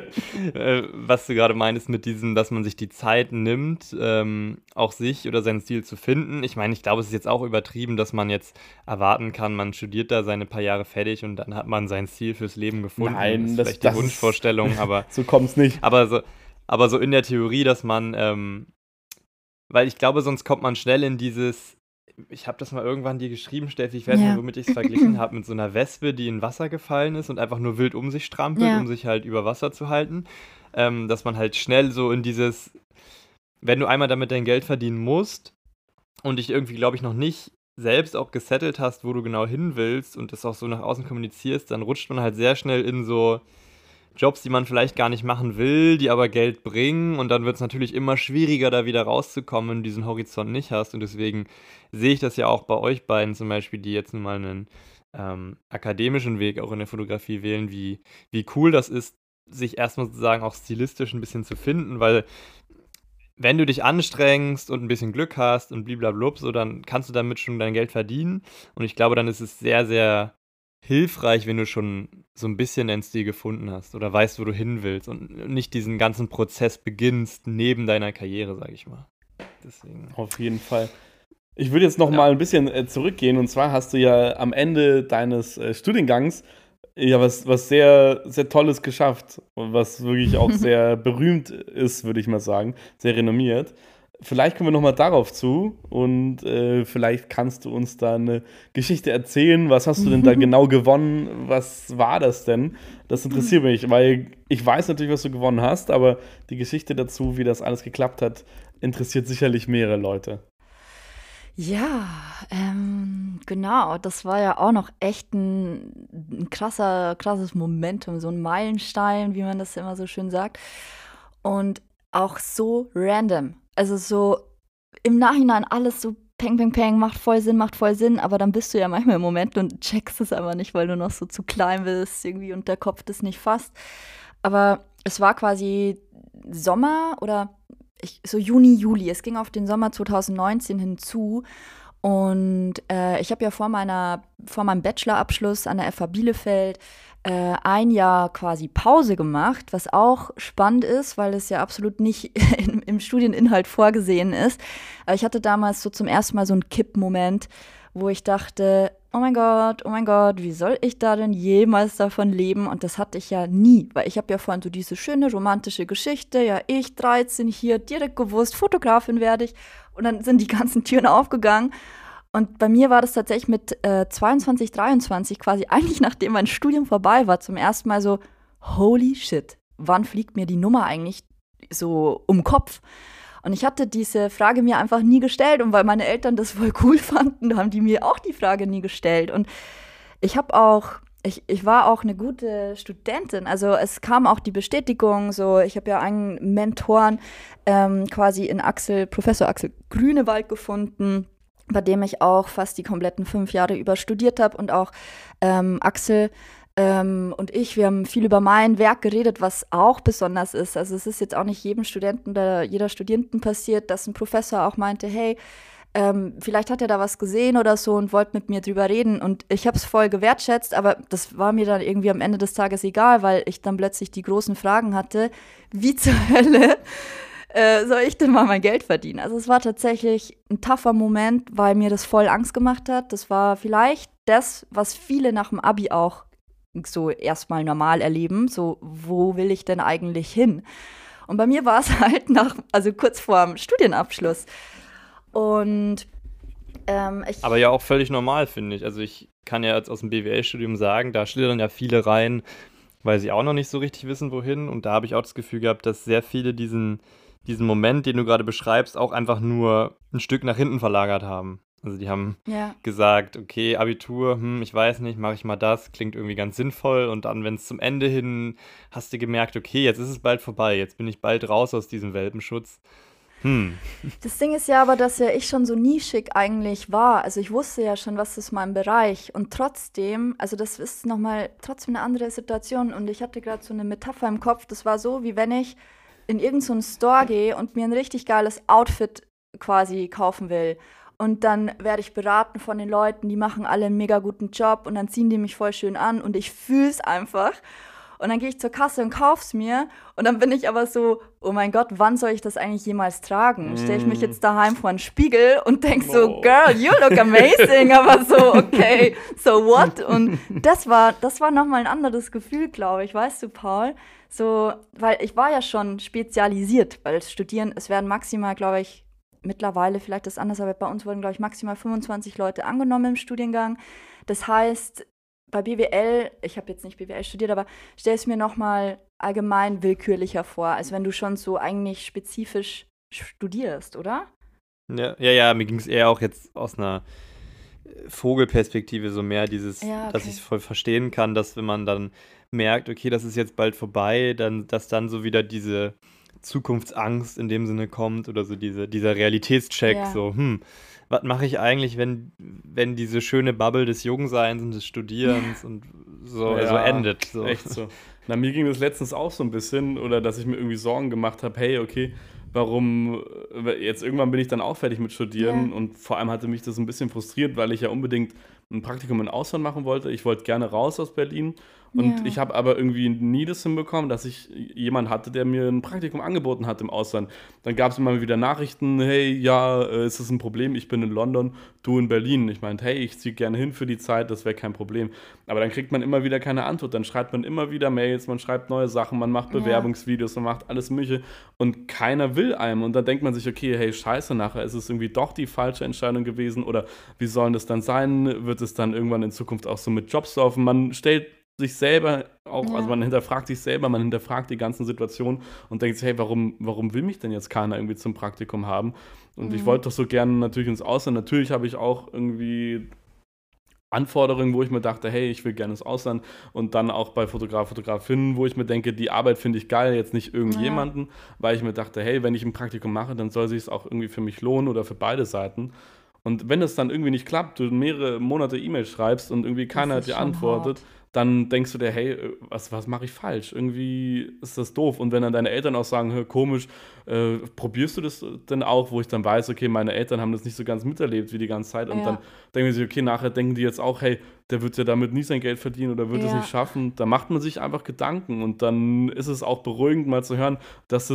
Was du gerade meinst mit diesem, dass man sich die Zeit nimmt, auch sich oder seinen Stil zu finden. Ich meine, ich glaube, es ist jetzt auch übertrieben, dass man jetzt erwarten kann, man studiert da seine paar Jahre fertig und dann hat man seinen Stil fürs Leben gefunden. Nein, das ist vielleicht die Wunschvorstellung, aber. So kommt es nicht. Aber so in der Theorie, dass man. Weil ich glaube, sonst kommt man schnell in dieses, ich habe das mal irgendwann dir geschrieben, Steffi, ich weiß nicht, womit ich es verglichen habe, mit so einer Wespe, die in Wasser gefallen ist und einfach nur wild um sich strampelt, um sich halt über Wasser zu halten. Dass man halt schnell so in dieses, wenn du einmal damit dein Geld verdienen musst und dich irgendwie, glaube ich, noch nicht selbst auch gesettelt hast, wo du genau hin willst und das auch so nach außen kommunizierst, dann rutscht man halt sehr schnell in so Jobs, die man vielleicht gar nicht machen will, die aber Geld bringen und dann wird es natürlich immer schwieriger, da wieder rauszukommen, wenn du diesen Horizont nicht hast und deswegen sehe ich das ja auch bei euch beiden zum Beispiel, die jetzt nun mal einen akademischen Weg auch in der Fotografie wählen, wie cool das ist, sich erstmal sozusagen auch stilistisch ein bisschen zu finden, weil wenn du dich anstrengst und ein bisschen Glück hast und bliblablub, so dann kannst du damit schon dein Geld verdienen und ich glaube, dann ist es sehr, sehr hilfreich, wenn du schon so ein bisschen deinen Stil gefunden hast oder weißt, wo du hin willst und nicht diesen ganzen Prozess beginnst neben deiner Karriere, sage ich mal. Deswegen. Auf jeden Fall. Ich würde jetzt noch mal ein bisschen zurückgehen und zwar hast du ja am Ende deines Studiengangs ja was sehr, sehr Tolles geschafft und was wirklich auch sehr berühmt ist, würde ich mal sagen, sehr renommiert. Vielleicht kommen wir nochmal darauf zu und vielleicht kannst du uns da eine Geschichte erzählen. Was hast du denn da genau gewonnen? Was war das denn? Das interessiert mich, weil ich weiß natürlich, was du gewonnen hast, aber die Geschichte dazu, wie das alles geklappt hat, interessiert sicherlich mehrere Leute. Ja, genau, das war ja auch noch echt ein krasses Momentum, so ein Meilenstein, wie man das immer so schön sagt. Und auch so random. Also so im Nachhinein alles so peng, peng, peng, macht voll Sinn, aber dann bist du ja manchmal im Moment und checkst es einfach nicht, weil du noch so zu klein bist irgendwie und der Kopf das nicht fasst. Aber es war quasi Sommer oder so Juni, Juli. Es ging auf den Sommer 2019 hinzu. Und ich habe ja vor meinem Bachelorabschluss an der FH Bielefeld ein Jahr quasi Pause gemacht, was auch spannend ist, weil es ja absolut nicht im Studieninhalt vorgesehen ist. Aber ich hatte damals so zum ersten Mal so einen Kipp-Moment, wo ich dachte, oh mein Gott, wie soll ich da denn jemals davon leben? Und das hatte ich ja nie, weil ich habe ja vorhin so diese schöne romantische Geschichte, ja, ich 13 hier, direkt gewusst, Fotografin werde ich. Und dann sind die ganzen Türen aufgegangen. Und bei mir war das tatsächlich mit 22, 23 quasi eigentlich nachdem mein Studium vorbei war, zum ersten Mal so, holy shit, wann fliegt mir die Nummer eigentlich so um den Kopf? Und ich hatte diese Frage mir einfach nie gestellt und weil meine Eltern das voll cool fanden, haben die mir auch die Frage nie gestellt. Und ich war auch eine gute Studentin, also es kam auch die Bestätigung, so ich habe ja einen Mentoren quasi in Professor Axel Grünewald gefunden, bei dem ich auch fast die kompletten 5 Jahre über studiert habe und auch Axel und wir haben viel über mein Werk geredet, was auch besonders ist. Also es ist jetzt auch nicht jedem Studenten oder jeder Studierenden passiert, dass ein Professor auch meinte, hey, Vielleicht hat er da was gesehen oder so und wollte mit mir drüber reden. Und ich habe es voll gewertschätzt, aber das war mir dann irgendwie am Ende des Tages egal, weil ich dann plötzlich die großen Fragen hatte, wie zur Hölle soll ich denn mal mein Geld verdienen? Also es war tatsächlich ein tougher Moment, weil mir das voll Angst gemacht hat. Das war vielleicht das, was viele nach dem Abi auch so erstmal normal erleben. So, wo will ich denn eigentlich hin? Und bei mir war es halt kurz vor dem Studienabschluss. Und aber ja auch völlig normal, finde ich. Also ich kann ja jetzt aus dem BWL-Studium sagen, da schlittern ja viele rein, weil sie auch noch nicht so richtig wissen, wohin. Und da habe ich auch das Gefühl gehabt, dass sehr viele diesen Moment, den du gerade beschreibst, auch einfach nur ein Stück nach hinten verlagert haben. Also die haben gesagt, okay, Abitur, ich weiß nicht, mache ich mal das, klingt irgendwie ganz sinnvoll. Und dann, wenn es zum Ende hin, hast du gemerkt, okay, jetzt ist es bald vorbei, jetzt bin ich bald raus aus diesem Welpenschutz. Das Ding ist ja aber, dass ja ich schon so nischig eigentlich war. Also ich wusste ja schon, was ist mein Bereich. Und trotzdem, also das ist nochmal trotzdem eine andere Situation. Und ich hatte gerade so eine Metapher im Kopf. Das war so, wie wenn ich in irgendeinen Store gehe und mir ein richtig geiles Outfit quasi kaufen will. Und dann werde ich beraten von den Leuten, die machen alle einen mega guten Job und dann ziehen die mich voll schön an und ich fühle es einfach. Und dann gehe ich zur Kasse und kauf's mir. Und dann bin ich aber so, oh mein Gott, wann soll ich das eigentlich jemals tragen? Stelle ich mich jetzt daheim vor einen Spiegel und denke so, girl, you look amazing. Aber so, okay, so what? Und das war nochmal ein anderes Gefühl, glaube ich. Weißt du, Paul? So, weil ich war ja schon spezialisiert, weil Studieren, es werden maximal, glaube ich, mittlerweile vielleicht ist es anders, aber bei uns wurden, glaube ich, maximal 25 Leute angenommen im Studiengang. Das heißt, bei BWL, ich habe jetzt nicht BWL studiert, aber stell es mir nochmal allgemein willkürlicher vor, als wenn du schon so eigentlich spezifisch studierst, oder? Ja, mir ging es eher auch jetzt aus einer Vogelperspektive so mehr dieses, dass ich es voll verstehen kann, dass wenn man dann merkt, okay, das ist jetzt bald vorbei, dass dann so wieder diese Zukunftsangst in dem Sinne kommt oder so dieser Realitätscheck, was mache ich eigentlich, wenn diese schöne Bubble des Jungseins und des Studierens und so endet. So. Echt so. Na, mir ging das letztens auch so ein bisschen, oder dass ich mir irgendwie Sorgen gemacht habe, hey, okay, warum, jetzt irgendwann bin ich dann auch fertig mit Studieren und vor allem hatte mich das ein bisschen frustriert, weil ich ja unbedingt ein Praktikum in Ausland machen wollte. Ich wollte gerne raus aus Berlin und ich habe aber irgendwie nie das hinbekommen, dass ich jemanden hatte, der mir ein Praktikum angeboten hat im Ausland. Dann gab es immer wieder Nachrichten, hey, ist das ein Problem, ich bin in London, du in Berlin. Ich meinte, hey, ich ziehe gerne hin für die Zeit, das wäre kein Problem. Aber dann kriegt man immer wieder keine Antwort, dann schreibt man immer wieder Mails, man schreibt neue Sachen, man macht Bewerbungsvideos, man macht alles Mögliche und keiner will einem. Und dann denkt man sich, okay, hey, scheiße, nachher ist es irgendwie doch die falsche Entscheidung gewesen oder wie soll das dann sein? Wird es dann irgendwann in Zukunft auch so mit Jobs laufen? Man stellt sich selber auch, also man hinterfragt sich selber, man hinterfragt die ganzen Situationen und denkt sich, hey, warum will mich denn jetzt keiner irgendwie zum Praktikum haben? Und ich wollte doch so gerne natürlich ins Ausland. Natürlich habe ich auch irgendwie Anforderungen, wo ich mir dachte, hey, ich will gerne ins Ausland und dann auch bei Fotografinnen, wo ich mir denke, die Arbeit finde ich geil, jetzt nicht irgendjemanden, weil ich mir dachte, hey, wenn ich ein Praktikum mache, dann soll sich es auch irgendwie für mich lohnen oder für beide Seiten. Und wenn es dann irgendwie nicht klappt, du mehrere Monate E-Mails schreibst und irgendwie keiner dir antwortet, dann denkst du dir, hey, was mache ich falsch? Irgendwie ist das doof. Und wenn dann deine Eltern auch sagen, hör, komisch, probierst du das denn auch, wo ich dann weiß, okay, meine Eltern haben das nicht so ganz miterlebt wie die ganze Zeit. Und dann denken sie, okay, nachher denken die jetzt auch, hey, der wird ja damit nie sein Geld verdienen oder wird es nicht schaffen. Da macht man sich einfach Gedanken. Und dann ist es auch beruhigend, mal zu hören, dass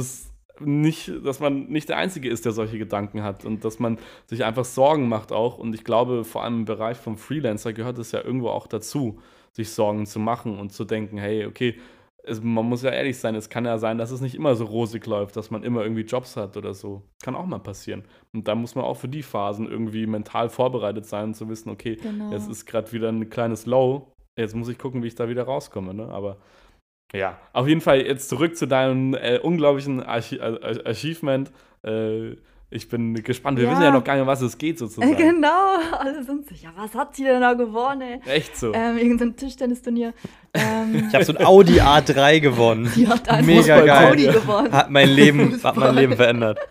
man nicht der Einzige ist, der solche Gedanken hat und dass man sich einfach Sorgen macht auch. Und ich glaube, vor allem im Bereich vom Freelancer gehört es ja irgendwo auch dazu, sich Sorgen zu machen und zu denken, hey, okay, man muss ja ehrlich sein, es kann ja sein, dass es nicht immer so rosig läuft, dass man immer irgendwie Jobs hat oder so. Kann auch mal passieren. Und da muss man auch für die Phasen irgendwie mental vorbereitet sein und zu wissen, okay, jetzt ist gerade wieder ein kleines Low, jetzt muss ich gucken, wie ich da wieder rauskomme, ne? Aber ja, auf jeden Fall jetzt zurück zu deinem unglaublichen Achievement. Ich bin gespannt. Wir wissen ja noch gar nicht, um was es geht sozusagen. Genau, alle sind sicher. Was hat sie denn da gewonnen? Echt so. Irgendein Tischtennisturnier. Ich habe so ein Audi A3 gewonnen. Die hat einen Mega geil. Audi gewonnen. Hat mein Leben verändert.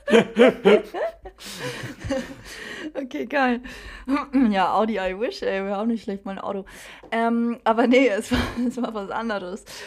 Okay, geil. Ja, Audi, I wish, ey, wäre auch nicht schlecht, mein Auto. Aber nee, es war was anderes.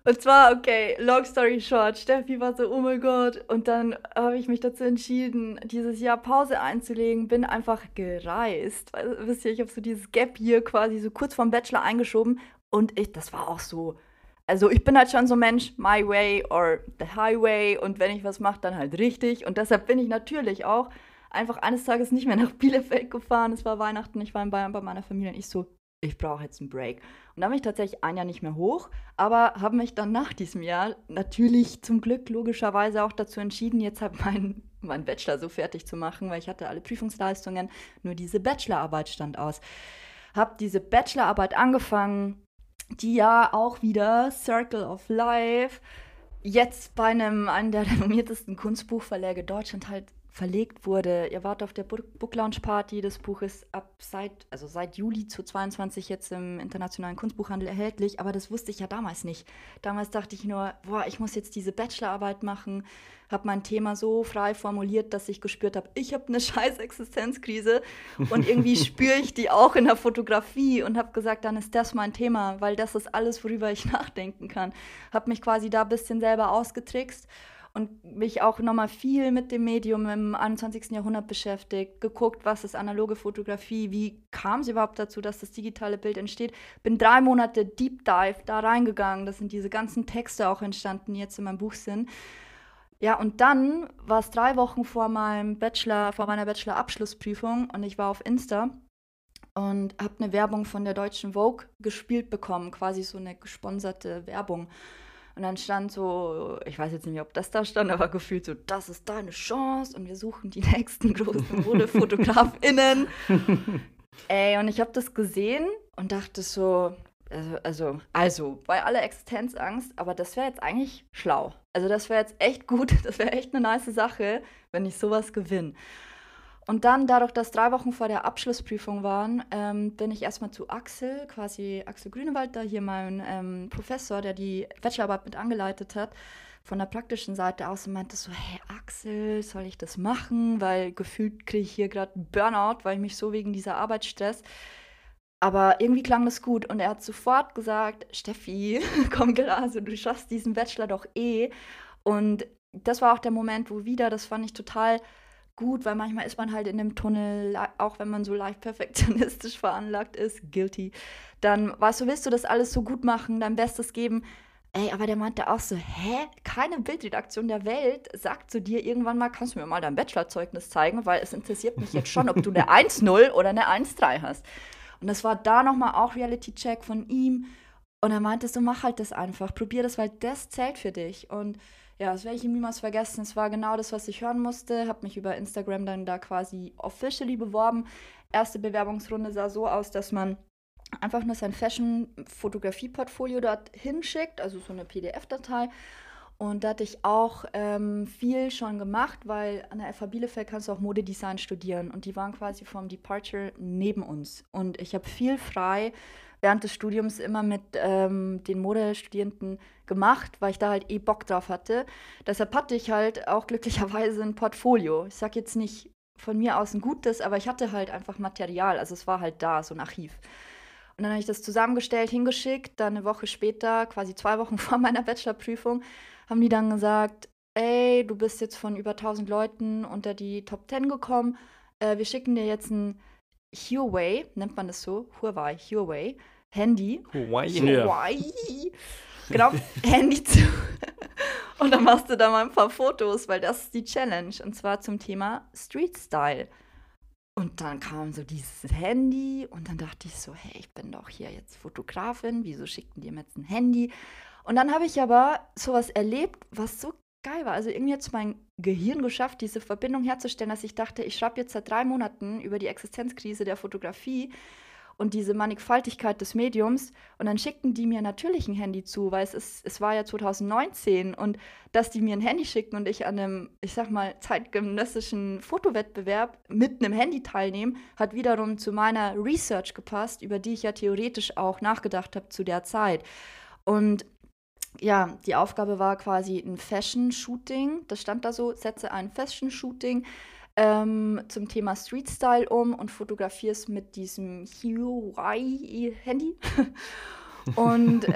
Und zwar, okay, long story short, Steffi war so, oh mein Gott. Und dann habe ich mich dazu entschieden, dieses Jahr Pause einzulegen, bin einfach gereist. Wisst ihr, ich habe so dieses Gap hier quasi so kurz vorm Bachelor eingeschoben. Und das war auch so, also ich bin halt schon so ein Mensch, my way or the highway. Und wenn ich was mache, dann halt richtig. Und deshalb bin ich natürlich auch einfach eines Tages nicht mehr nach Bielefeld gefahren. Es war Weihnachten, ich war in Bayern bei meiner Familie und ich so, ich brauche jetzt einen Break. Und dann bin ich tatsächlich ein Jahr nicht mehr hoch, aber habe mich dann nach diesem Jahr natürlich zum Glück logischerweise auch dazu entschieden, jetzt halt meinen Bachelor so fertig zu machen, weil ich hatte alle Prüfungsleistungen, nur diese Bachelorarbeit stand aus. Habe diese Bachelorarbeit angefangen, die ja auch wieder Circle of Life jetzt bei einem der renommiertesten Kunstbuchverlage Deutschland halt verlegt wurde. Ihr wart auf der Book Launch Party. Das Buch ist seit Juli 2022 jetzt im internationalen Kunstbuchhandel erhältlich. Aber das wusste ich ja damals nicht. Damals dachte ich nur, boah, ich muss jetzt diese Bachelorarbeit machen. Habe mein Thema so frei formuliert, dass ich gespürt habe, ich habe eine scheiß Existenzkrise. Und irgendwie spüre ich die auch in der Fotografie. Und habe gesagt, dann ist das mein Thema, weil das ist alles, worüber ich nachdenken kann. Habe mich quasi da ein bisschen selber ausgetrickst. Und mich auch nochmal viel mit dem Medium im 21. Jahrhundert beschäftigt, geguckt, was ist analoge Fotografie, wie kam es überhaupt dazu, dass das digitale Bild entsteht. Bin 3 Monate Deep Dive da reingegangen, das sind diese ganzen Texte auch entstanden, die jetzt in meinem Buch sind. Ja, und dann war es 3 Wochen vor meiner Bachelor-Abschlussprüfung und ich war auf Insta und habe eine Werbung von der deutschen Vogue gespielt bekommen, quasi so eine gesponserte Werbung. Und dann stand so, ich weiß jetzt nicht mehr, ob das da stand, aber gefühlt so, das ist deine Chance und wir suchen die nächsten großen ModeFotografInnen. Und ich habe das gesehen und dachte so, also bei aller Existenzangst, aber das wäre jetzt eigentlich schlau. Also das wäre jetzt echt gut, das wäre echt eine nice Sache, wenn ich sowas gewinne. Und dann, dadurch, dass 3 Wochen vor der Abschlussprüfung waren, bin ich erstmal zu Axel Grünewald, da hier mein Professor, der die Bachelorarbeit mit angeleitet hat, von der praktischen Seite aus und meinte so, hey Axel, soll ich das machen? Weil gefühlt kriege ich hier gerade einen Burnout, weil ich mich so wegen dieser Arbeit stress. Aber irgendwie klang das gut und er hat sofort gesagt, Steffi, komm klar, also du schaffst diesen Bachelor doch eh. Und das war auch der Moment, das fand ich total gut, weil manchmal ist man halt in dem Tunnel, auch wenn man so leicht perfektionistisch veranlagt ist, guilty, dann, willst du das alles so gut machen, dein Bestes geben, aber der meinte auch so, keine Bildredaktion der Welt sagt zu dir irgendwann mal, kannst du mir mal dein Bachelorzeugnis zeigen, weil es interessiert mich jetzt schon, ob du eine 1.0 oder eine 1.3 hast. Und das war da nochmal auch Reality-Check von ihm und er meinte so, mach halt das einfach, probier das, weil das zählt für dich. Und ja, das werde ich ihm niemals vergessen. Es war genau das, was ich hören musste. Habe mich über Instagram dann da quasi officially beworben. Erste Bewerbungsrunde sah so aus, dass man einfach nur sein Fashion-Fotografie-Portfolio dort hinschickt, also so eine PDF-Datei. Und da hatte ich auch viel schon gemacht, weil an der FH Bielefeld kannst du auch Modedesign studieren. Und die waren quasi vom Departure neben uns. Und ich habe viel frei während des Studiums immer mit den Modestudierenden gemacht, weil ich da halt Bock drauf hatte. Deshalb hatte ich halt auch glücklicherweise ein Portfolio. Ich sag jetzt nicht von mir aus ein gutes, aber ich hatte halt einfach Material. Also es war halt da, so ein Archiv. Und dann habe ich das zusammengestellt, hingeschickt. Dann eine Woche später, quasi 2 Wochen vor meiner Bachelorprüfung, haben die dann gesagt, du bist jetzt von über 1000 Leuten unter die Top 10 gekommen. Wir schicken dir jetzt ein Huawei, nennt man das so? Huawei, Handy. Huawei. Genau, Handy zu. Und dann machst du da mal ein paar Fotos, weil das ist die Challenge. Und zwar zum Thema Street Style. Und dann kam so dieses Handy und dann dachte ich so, hey, ich bin doch hier jetzt Fotografin, wieso schickten die mir jetzt ein Handy? Und dann habe ich aber sowas erlebt, was so geil war. Also irgendwie hat es mein Gehirn geschafft, diese Verbindung herzustellen, dass ich dachte, ich schreibe jetzt seit 3 Monaten über die Existenzkrise der Fotografie und diese Mannigfaltigkeit des Mediums und dann schickten die mir natürlich ein Handy zu, weil es war ja 2019 und dass die mir ein Handy schicken und ich an einem, ich sag mal, zeitgenössischen Fotowettbewerb mit einem Handy teilnehme, hat wiederum zu meiner Research gepasst, über die ich ja theoretisch auch nachgedacht habe zu der Zeit. Und ja, die Aufgabe war quasi ein Fashion-Shooting, das stand da so, setze ein Fashion-Shooting zum Thema Street Style um und fotografierst mit diesem Huawei-Handy. und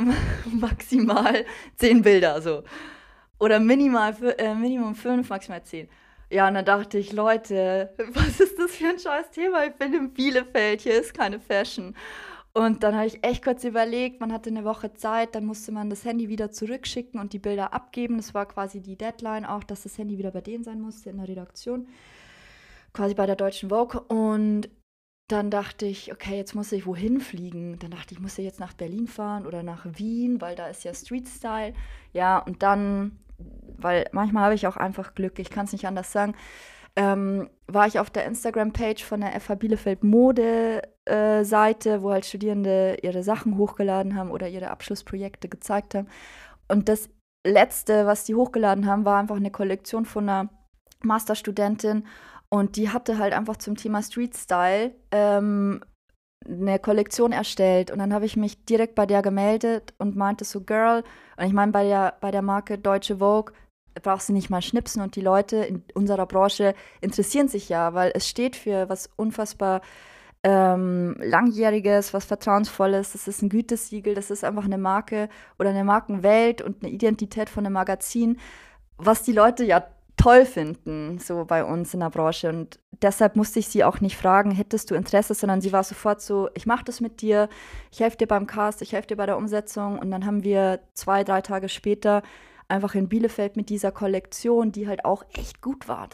maximal 10 Bilder, so. Oder Minimum 5, maximal 10. Ja, und dann dachte ich, Leute, was ist das für ein scheiß Thema? Ich bin in Bielefeld, hier ist keine Fashion. Und dann habe ich echt kurz überlegt, man hatte eine Woche Zeit, dann musste man das Handy wieder zurückschicken und die Bilder abgeben. Das war quasi die Deadline auch, dass das Handy wieder bei denen sein musste in der Redaktion, quasi bei der Deutschen Vogue. Und dann dachte ich, okay, jetzt muss ich wohin fliegen. Dann dachte ich, muss ich jetzt nach Berlin fahren oder nach Wien, weil da ist ja Street Style. Ja, und dann, weil manchmal habe ich auch einfach Glück, ich kann es nicht anders sagen, war ich auf der Instagram-Page von der FH Bielefeld Mode-Seite, wo halt Studierende ihre Sachen hochgeladen haben oder ihre Abschlussprojekte gezeigt haben. Und das Letzte, was die hochgeladen haben, war einfach eine Kollektion von einer Masterstudentin. Und die hatte halt einfach zum Thema Street Style eine Kollektion erstellt. Und dann habe ich mich direkt bei der gemeldet und meinte so, Girl, und ich meine, bei der Marke Deutsche Vogue brauchst du nicht mal schnipsen. Und die Leute in unserer Branche interessieren sich ja, weil es steht für was unfassbar Langjähriges, was Vertrauensvolles. Das ist ein Gütesiegel, das ist einfach eine Marke oder eine Markenwelt und eine Identität von einem Magazin, was die Leute ja toll finden, so bei uns in der Branche. Und deshalb musste ich sie auch nicht fragen, hättest du Interesse, sondern sie war sofort so, ich mache das mit dir, ich helfe dir beim Cast, ich helfe dir bei der Umsetzung. Und dann haben wir 2-3 Tage später einfach in Bielefeld mit dieser Kollektion, die halt auch echt gut war.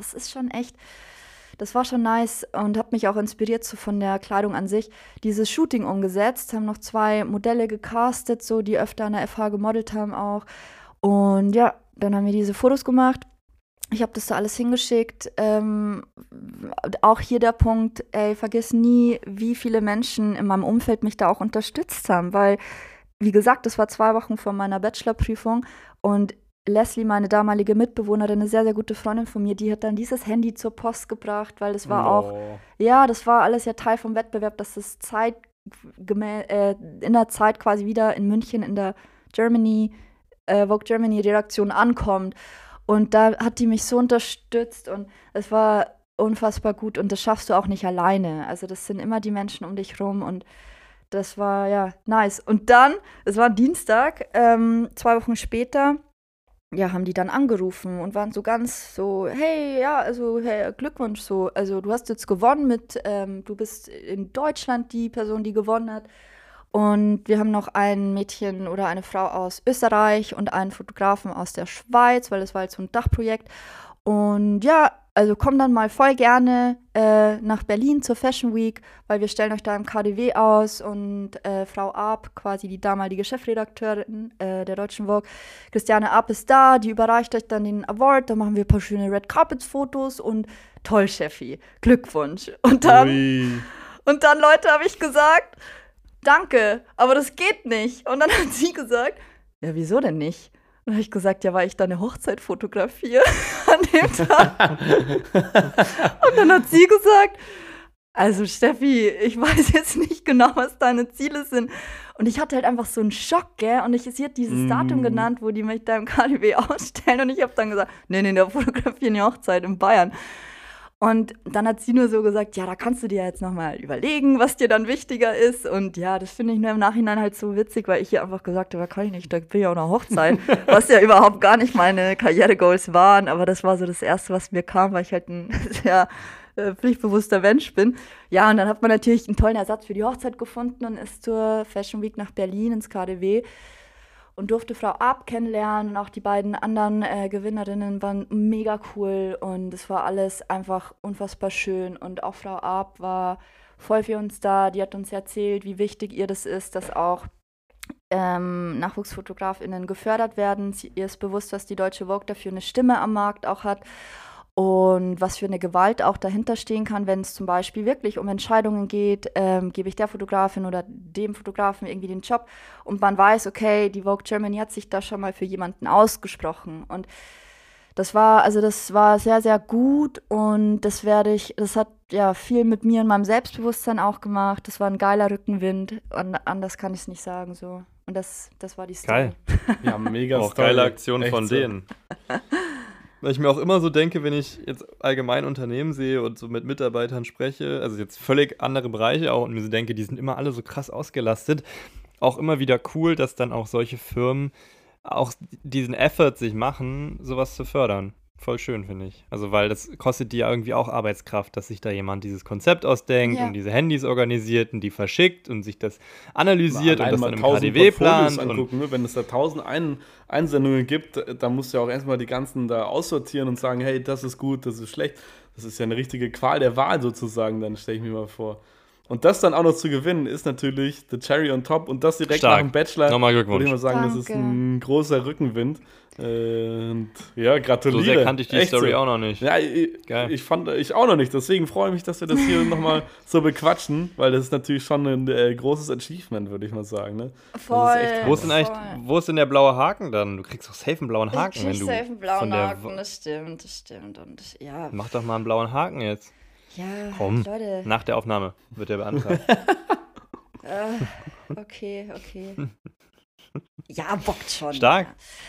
Das war schon nice und hat mich auch inspiriert so von der Kleidung an sich. Dieses Shooting umgesetzt, haben noch 2 Modelle gecastet, so, die öfter an der FH gemodelt haben auch. Und ja, dann haben wir diese Fotos gemacht. Ich habe das da alles hingeschickt. Auch hier der Punkt, vergiss nie, wie viele Menschen in meinem Umfeld mich da auch unterstützt haben, weil, wie gesagt, das war 2 Wochen vor meiner Bachelorprüfung und Leslie, meine damalige Mitbewohnerin, eine sehr, sehr gute Freundin von mir, die hat dann dieses Handy zur Post gebracht, weil das war auch, ja, das war alles ja Teil vom Wettbewerb, dass das in der Zeit quasi wieder in München in der Vogue Germany Redaktion ankommt. Und da hat die mich so unterstützt und es war unfassbar gut und das schaffst du auch nicht alleine. Also das sind immer die Menschen um dich rum und das war ja nice. Und dann, es war Dienstag, 2 Wochen später, ja, haben die dann angerufen und waren so ganz so, hey, ja, also hey, Glückwunsch, so, also du hast jetzt gewonnen du bist in Deutschland die Person, die gewonnen hat. Und wir haben noch ein Mädchen oder eine Frau aus Österreich und einen Fotografen aus der Schweiz, weil das war jetzt so ein Dachprojekt. Und ja, also komm dann mal voll gerne nach Berlin zur Fashion Week, weil wir stellen euch da im KaDeWe aus und Frau Arp, quasi die damalige Chefredakteurin der Deutschen Vogue, Christiane Arp ist da, die überreicht euch dann den Award, da machen wir ein paar schöne Red Carpet Fotos und toll, Cheffi, Glückwunsch. Und dann, Leute, habe ich gesagt, danke, aber das geht nicht. Und dann hat sie gesagt, ja, wieso denn nicht? Und dann habe ich gesagt, ja, weil ich da eine Hochzeit fotografiere an dem Tag. Und dann hat sie gesagt, also Steffi, ich weiß jetzt nicht genau, was deine Ziele sind. Und ich hatte halt einfach so einen Schock, gell? Und sie hat dieses Datum genannt, wo die mich da im KaDeWe ausstellen. Und ich habe dann gesagt, nee, da fotografieren die Hochzeit in Bayern. Und dann hat sie nur so gesagt, ja, da kannst du dir jetzt nochmal überlegen, was dir dann wichtiger ist. Und ja, das finde ich nur im Nachhinein halt so witzig, weil ich hier einfach gesagt habe, da kann ich nicht, da bin ich auch eine Hochzeit. Was ja überhaupt gar nicht meine Karrieregoals waren. Aber das war so das Erste, was mir kam, weil ich halt ein sehr pflichtbewusster Mensch bin. Ja, und dann hat man natürlich einen tollen Ersatz für die Hochzeit gefunden und ist zur Fashion Week nach Berlin ins KaDeWe. Und durfte Frau Arp kennenlernen und auch die beiden anderen Gewinnerinnen waren mega cool und es war alles einfach unfassbar schön und auch Frau Arp war voll für uns da, die hat uns erzählt, wie wichtig ihr das ist, dass auch NachwuchsfotografInnen gefördert werden. Ihr ist bewusst, was die Deutsche Vogue dafür eine Stimme am Markt auch hat und was für eine Gewalt auch dahinter stehen kann, wenn es zum Beispiel wirklich um Entscheidungen geht, gebe ich der Fotografin oder dem Fotografen irgendwie den Job und man weiß, okay, die Vogue Germany hat sich da schon mal für jemanden ausgesprochen und das war sehr, sehr gut und das hat ja viel mit mir und meinem Selbstbewusstsein auch gemacht, das war ein geiler Rückenwind und anders kann ich es nicht sagen, so. Und das war die Story. Geil. Ja, mega auch geile Aktion von denen. Weil ich mir auch immer so denke, wenn ich jetzt allgemein Unternehmen sehe und so mit Mitarbeitern spreche, also jetzt völlig andere Bereiche auch und mir so denke, die sind immer alle so krass ausgelastet. auch immer wieder cool, dass dann auch solche Firmen auch diesen Effort sich machen, sowas zu fördern. Voll schön, finde ich. Also, weil das kostet dir ja irgendwie auch Arbeitskraft, dass sich da jemand dieses Konzept ausdenkt und diese Handys organisiert und die verschickt und sich das analysiert und das dann im KaDeWe plant. Angucken, ne? Wenn es da 1000 Einsendungen gibt, dann musst du ja auch erstmal die ganzen da aussortieren und sagen, hey, das ist gut, das ist schlecht. Das ist ja eine richtige Qual der Wahl sozusagen, dann stelle ich mir mal vor. Und das dann auch noch zu gewinnen, ist natürlich the cherry on top. Und das direkt Stark. Nach dem Bachelor, nochmal Glückwunsch. Würde ich mal sagen, das ist ein großer Rückenwind. Und ja, gratuliere. So sehr kannte ich die Story so. auch noch nicht. Ja, ich auch noch nicht. Deswegen freue ich mich, dass wir das hier nochmal so bequatschen, weil das ist natürlich schon ein großes Achievement, würde ich mal sagen. Ne? Voll. Wo ist denn der blaue Haken dann? Du kriegst doch safe einen blauen Haken, wenn du. Safe einen blauen Haken, das stimmt. Und ja. Mach doch mal einen blauen Haken jetzt. Ja, komm, Leute. Nach der Aufnahme wird der beantragt. Okay. Ja, bockt schon. Stark.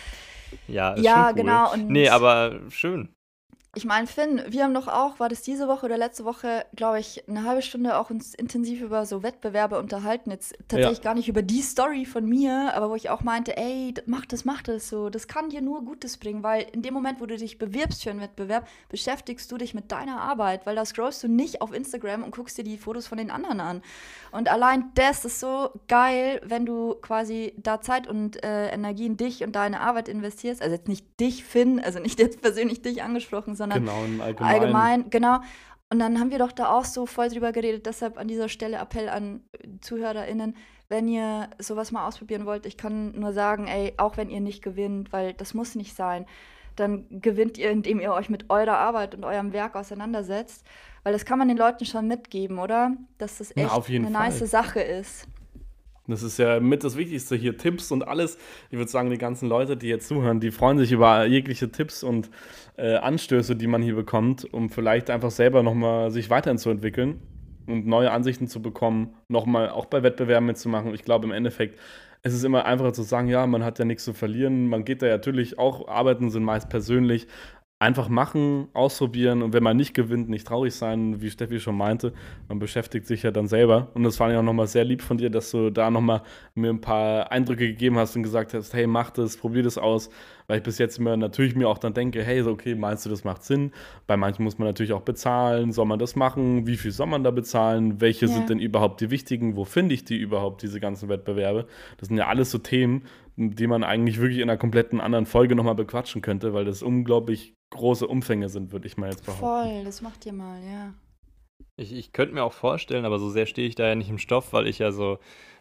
Ja, ist ja schon cool. Genau. Und nee, aber schön. Ich meine, Finn, wir haben doch auch, war das diese Woche oder letzte Woche, glaube ich, eine halbe Stunde auch uns intensiv über so Wettbewerbe unterhalten. Jetzt tatsächlich gar nicht über die Story von mir, aber wo ich auch meinte, ey, mach das so. Das kann dir nur Gutes bringen, weil in dem Moment, wo du dich bewirbst für einen Wettbewerb, beschäftigst du dich mit deiner Arbeit, weil da scrollst du nicht auf Instagram und guckst dir die Fotos von den anderen an. Und allein das ist so geil, wenn du quasi da Zeit und Energie in dich und deine Arbeit investierst. Also jetzt nicht dich, Finn, also nicht jetzt persönlich dich angesprochen, sondern allgemein. Genau. Und dann haben wir doch da auch so voll drüber geredet. Deshalb an dieser Stelle Appell an ZuhörerInnen, wenn ihr sowas mal ausprobieren wollt, ich kann nur sagen, ey, auch wenn ihr nicht gewinnt, weil das muss nicht sein, dann gewinnt ihr, indem ihr euch mit eurer Arbeit und eurem Werk auseinandersetzt. Weil das kann man den Leuten schon mitgeben, oder? Dass das echt eine nice Sache ist. Das ist ja mit das Wichtigste hier, Tipps und alles. Ich würde sagen, die ganzen Leute, die jetzt zuhören, die freuen sich über jegliche Tipps und Anstöße, die man hier bekommt, um vielleicht einfach selber nochmal sich weiterzuentwickeln und neue Ansichten zu bekommen, nochmal auch bei Wettbewerben mitzumachen. Ich glaube im Endeffekt, es ist immer einfacher zu sagen, ja, man hat ja nichts zu verlieren. Man geht da ja natürlich auch, Arbeiten sind meist persönlich. Einfach machen, ausprobieren und wenn man nicht gewinnt, nicht traurig sein, wie Steffi schon meinte. Man beschäftigt sich ja dann selber. Und das fand ich auch nochmal sehr lieb von dir, dass du da nochmal mir ein paar Eindrücke gegeben hast und gesagt hast, hey, mach das, probier das aus. Weil ich bis jetzt natürlich mir auch dann denke, hey, so, okay, meinst du, das macht Sinn? Bei manchen muss man natürlich auch bezahlen. Soll man das machen? Wie viel soll man da bezahlen? Welche sind denn überhaupt die wichtigen? Wo finde ich die überhaupt, diese ganzen Wettbewerbe? Das sind ja alles so Themen, die man eigentlich wirklich in einer kompletten anderen Folge nochmal bequatschen könnte, weil das unglaublich große Umfänge sind, würde ich mal jetzt behaupten. Voll, das macht ihr mal, ja. Ich könnte mir auch vorstellen, aber so sehr stehe ich da ja nicht im Stoff, weil ich ja so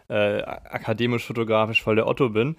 akademisch-fotografisch voll der Otto bin.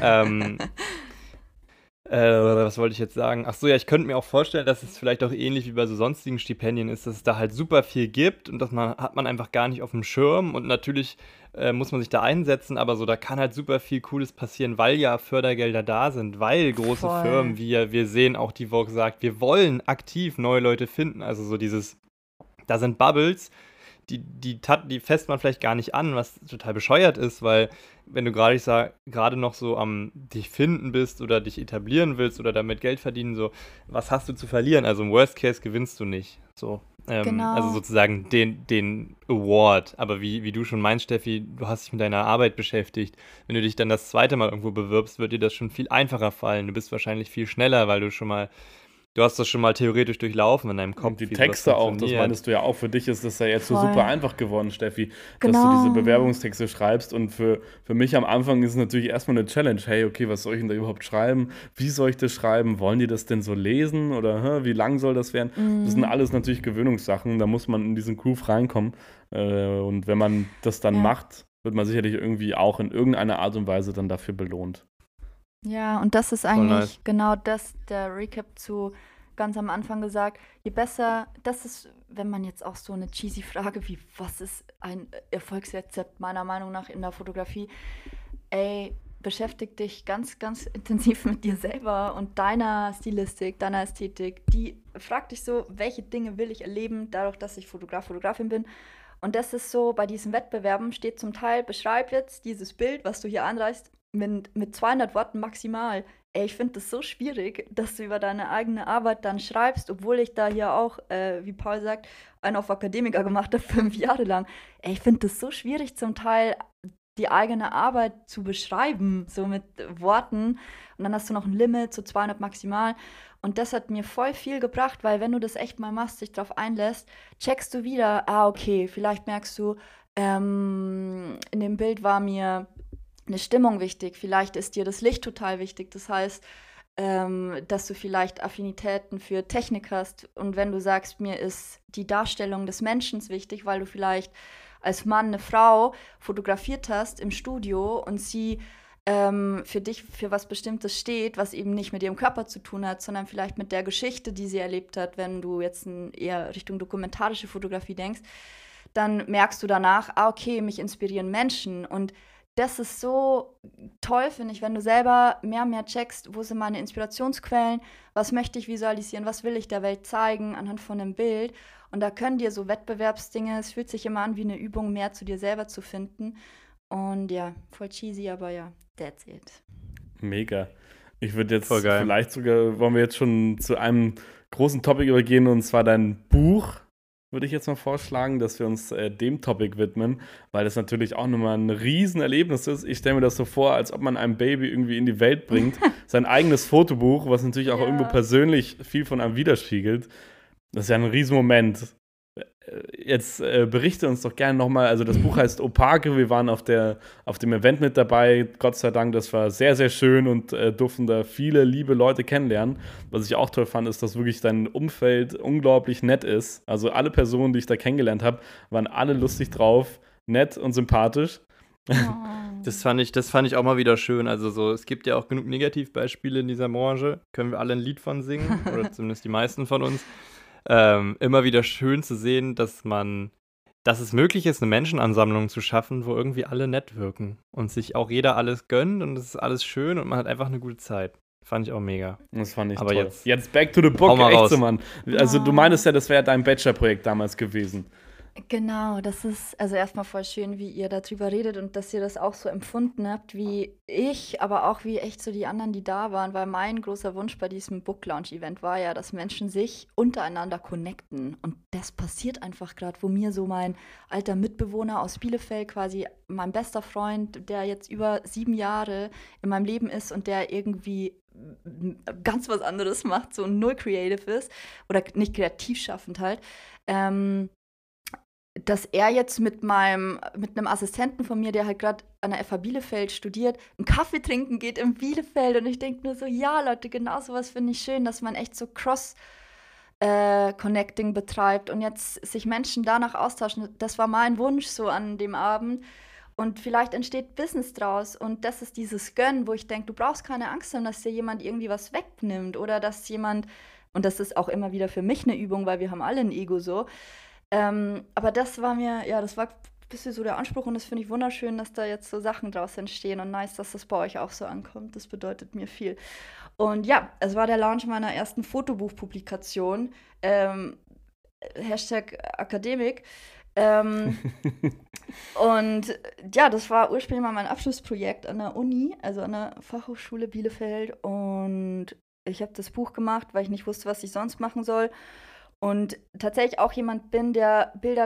Was wollte ich jetzt sagen? Ach so, ja, ich könnte mir auch vorstellen, dass es vielleicht auch ähnlich wie bei so sonstigen Stipendien ist, dass es da halt super viel gibt und hat man einfach gar nicht auf dem Schirm und natürlich muss man sich da einsetzen, aber so, da kann halt super viel Cooles passieren, weil ja Fördergelder da sind, weil große Firmen, wie wir sehen, auch die Vogue sagt, wir wollen aktiv neue Leute finden, also so da sind Bubbles, die fässt man vielleicht gar nicht an, was total bescheuert ist, weil wenn du gerade noch so am dich finden bist oder dich etablieren willst oder damit Geld verdienen, so, was hast du zu verlieren? Also im Worst Case gewinnst du nicht. So. Genau. Also sozusagen den Award. Aber wie du schon meinst, Steffi, du hast dich mit deiner Arbeit beschäftigt. Wenn du dich dann das zweite Mal irgendwo bewirbst, wird dir das schon viel einfacher fallen. Du bist wahrscheinlich viel schneller, weil du hast das schon mal theoretisch durchlaufen in deinem Kopf. Und die Texte auch, das meinst du ja auch. Für dich ist das ja jetzt so super einfach geworden, Steffi, dass Genau. du diese Bewerbungstexte schreibst. Und für mich am Anfang ist es natürlich erstmal eine Challenge. Hey, okay, was soll ich denn da überhaupt schreiben? Wie soll ich das schreiben? Wollen die das denn so lesen? Oder wie lang soll das werden? Das sind alles natürlich Gewöhnungssachen. Da muss man in diesen Groove reinkommen. Und wenn man das dann macht, wird man sicherlich irgendwie auch in irgendeiner Art und Weise dann dafür belohnt. Ja, und das ist eigentlich genau das, der Recap zu ganz am Anfang gesagt. Je besser, das ist, wenn man jetzt auch so eine cheesy Frage wie, was ist ein Erfolgsrezept meiner Meinung nach in der Fotografie? Ey, beschäftig dich ganz, ganz intensiv mit dir selber und deiner Stilistik, deiner Ästhetik. Frag dich so, welche Dinge will ich erleben, dadurch, dass ich Fotografin bin. Und das ist so, bei diesen Wettbewerben steht zum Teil, beschreib jetzt dieses Bild, was du hier anreißt, mit 200 Worten maximal. Ey, ich finde das so schwierig, dass du über deine eigene Arbeit dann schreibst, obwohl ich da hier auch, wie Paul sagt, einen auf Akademiker gemacht habe, 5 Jahre lang. Ey, ich finde das so schwierig zum Teil, die eigene Arbeit zu beschreiben, so mit Worten. Und dann hast du noch ein Limit, so 200 maximal. Und das hat mir voll viel gebracht, weil wenn du das echt mal machst, dich drauf einlässt, checkst du wieder, okay, vielleicht merkst du, in dem Bild war mir eine Stimmung wichtig, vielleicht ist dir das Licht total wichtig. Das heißt, dass du vielleicht Affinitäten für Technik hast. Und wenn du sagst, mir ist die Darstellung des Menschen wichtig, weil du vielleicht als Mann eine Frau fotografiert hast im Studio und sie für dich für was Bestimmtes steht, was eben nicht mit ihrem Körper zu tun hat, sondern vielleicht mit der Geschichte, die sie erlebt hat, wenn du jetzt eher Richtung dokumentarische Fotografie denkst, dann merkst du danach, okay, mich inspirieren Menschen. Und das ist so toll, finde ich, wenn du selber mehr und mehr checkst, wo sind meine Inspirationsquellen, was möchte ich visualisieren, was will ich der Welt zeigen anhand von einem Bild. Und da können dir so Wettbewerbsdinge, es fühlt sich immer an wie eine Übung, mehr zu dir selber zu finden. Und ja, voll cheesy, aber ja, that's it. Mega. Ich würde jetzt vielleicht sogar, wollen wir jetzt schon zu einem großen Topic übergehen, und zwar dein Buch. Würde ich jetzt mal vorschlagen, dass wir uns dem Topic widmen, weil das natürlich auch nochmal ein Riesenerlebnis ist. Ich stelle mir das so vor, als ob man ein Baby irgendwie in die Welt bringt, sein eigenes Fotobuch, was natürlich auch irgendwo persönlich viel von einem widerspiegelt. Das ist ja ein Riesenmoment. Jetzt berichte uns doch gerne nochmal, also das Buch heißt Opake, wir waren auf dem Event mit dabei, Gott sei Dank, das war sehr, sehr schön und durften da viele liebe Leute kennenlernen. Was ich auch toll fand, ist, dass wirklich dein Umfeld unglaublich nett ist. Also alle Personen, die ich da kennengelernt habe, waren alle lustig drauf, nett und sympathisch. Oh. Das fand ich auch mal wieder schön. Also so, es gibt ja auch genug Negativbeispiele in dieser Branche, können wir alle ein Lied von singen, oder zumindest die meisten von uns. Immer wieder schön zu sehen, dass es möglich ist, eine Menschenansammlung zu schaffen, wo irgendwie alle nett wirken und sich auch jeder alles gönnt und es ist alles schön und man hat einfach eine gute Zeit. Fand ich auch mega. Das fand ich aber toll. Jetzt back to the book, echt so, Mann. Also du meinst ja, das wäre dein Bachelorprojekt damals gewesen. Genau, das ist also erstmal voll schön, wie ihr darüber redet und dass ihr das auch so empfunden habt, wie ich, aber auch wie echt so die anderen, die da waren, weil mein großer Wunsch bei diesem Book Launch Event war ja, dass Menschen sich untereinander connecten, und das passiert einfach gerade, wo mir so mein alter Mitbewohner aus Bielefeld, quasi mein bester Freund, der jetzt über 7 Jahre in meinem Leben ist und der irgendwie ganz was anderes macht, so null creative ist oder nicht kreativ schaffend halt, dass er jetzt mit einem Assistenten von mir, der halt gerade an der FH Bielefeld studiert, einen Kaffee trinken geht in Bielefeld. Und ich denke nur so, ja Leute, genau sowas finde ich schön, dass man echt so Cross-Connecting betreibt und jetzt sich Menschen danach austauschen. Das war mein Wunsch so an dem Abend. Und vielleicht entsteht Business draus. Und das ist dieses Gönnen, wo ich denke, du brauchst keine Angst haben, dass dir jemand irgendwie was wegnimmt oder dass jemand, und das ist auch immer wieder für mich eine Übung, weil wir haben alle ein Ego so, aber das war mir, ja, das war ein bisschen so der Anspruch, und das finde ich wunderschön, dass da jetzt so Sachen draus entstehen und nice, dass das bei euch auch so ankommt. Das bedeutet mir viel. Und ja, es war der Launch meiner ersten Fotobuchpublikation, #Akademik. Und ja, das war ursprünglich mal mein Abschlussprojekt an der Uni, also an der Fachhochschule Bielefeld, und ich habe das Buch gemacht, weil ich nicht wusste, was ich sonst machen soll. Und tatsächlich auch jemand bin, der Bilder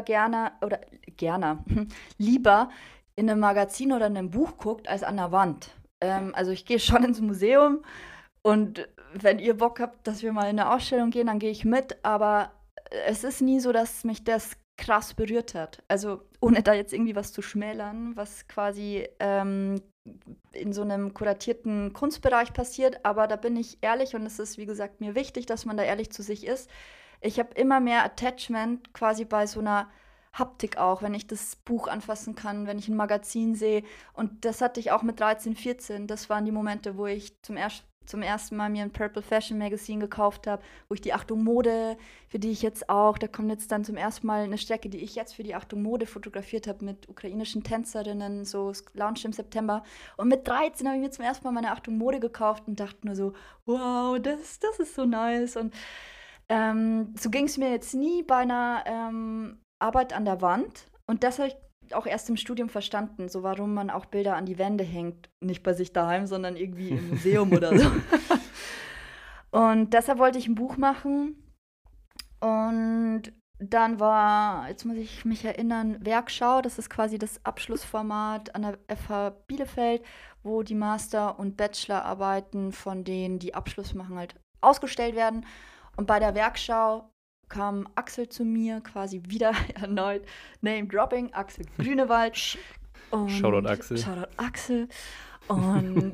lieber in einem Magazin oder in einem Buch guckt, als an der Wand. Also ich gehe schon ins Museum, und wenn ihr Bock habt, dass wir mal in eine Ausstellung gehen, dann gehe ich mit, aber es ist nie so, dass mich das krass berührt hat. Also ohne da jetzt irgendwie was zu schmälern, was quasi in so einem kuratierten Kunstbereich passiert, aber da bin ich ehrlich, und es ist, wie gesagt, mir wichtig, dass man da ehrlich zu sich ist. Ich habe immer mehr Attachment quasi bei so einer Haptik auch, wenn ich das Buch anfassen kann, wenn ich ein Magazin sehe. Und das hatte ich auch mit 13, 14. Das waren die Momente, wo ich zum ersten Mal mir ein Purple Fashion Magazine gekauft habe, wo ich die Achtung Mode, für die ich jetzt auch, da kommt jetzt dann zum ersten Mal eine Strecke, die ich jetzt für die Achtung Mode fotografiert habe mit ukrainischen Tänzerinnen, so Launch im September. Und mit 13 habe ich mir zum ersten Mal meine Achtung Mode gekauft und dachte nur so, wow, das ist so nice. Und so ging es mir jetzt nie bei einer Arbeit an der Wand. Und das habe ich auch erst im Studium verstanden, so warum man auch Bilder an die Wände hängt. Nicht bei sich daheim, sondern irgendwie im Museum oder so. Und deshalb wollte ich ein Buch machen. Und dann war, jetzt muss ich mich erinnern, Werkschau, das ist quasi das Abschlussformat an der FH Bielefeld, wo die Master- und Bachelorarbeiten von denen, die Abschluss machen, halt ausgestellt werden. Und bei der Werkschau kam Axel zu mir, quasi wieder erneut Name-Dropping, Axel Grünewald. Shoutout Axel. Shoutout Axel. Und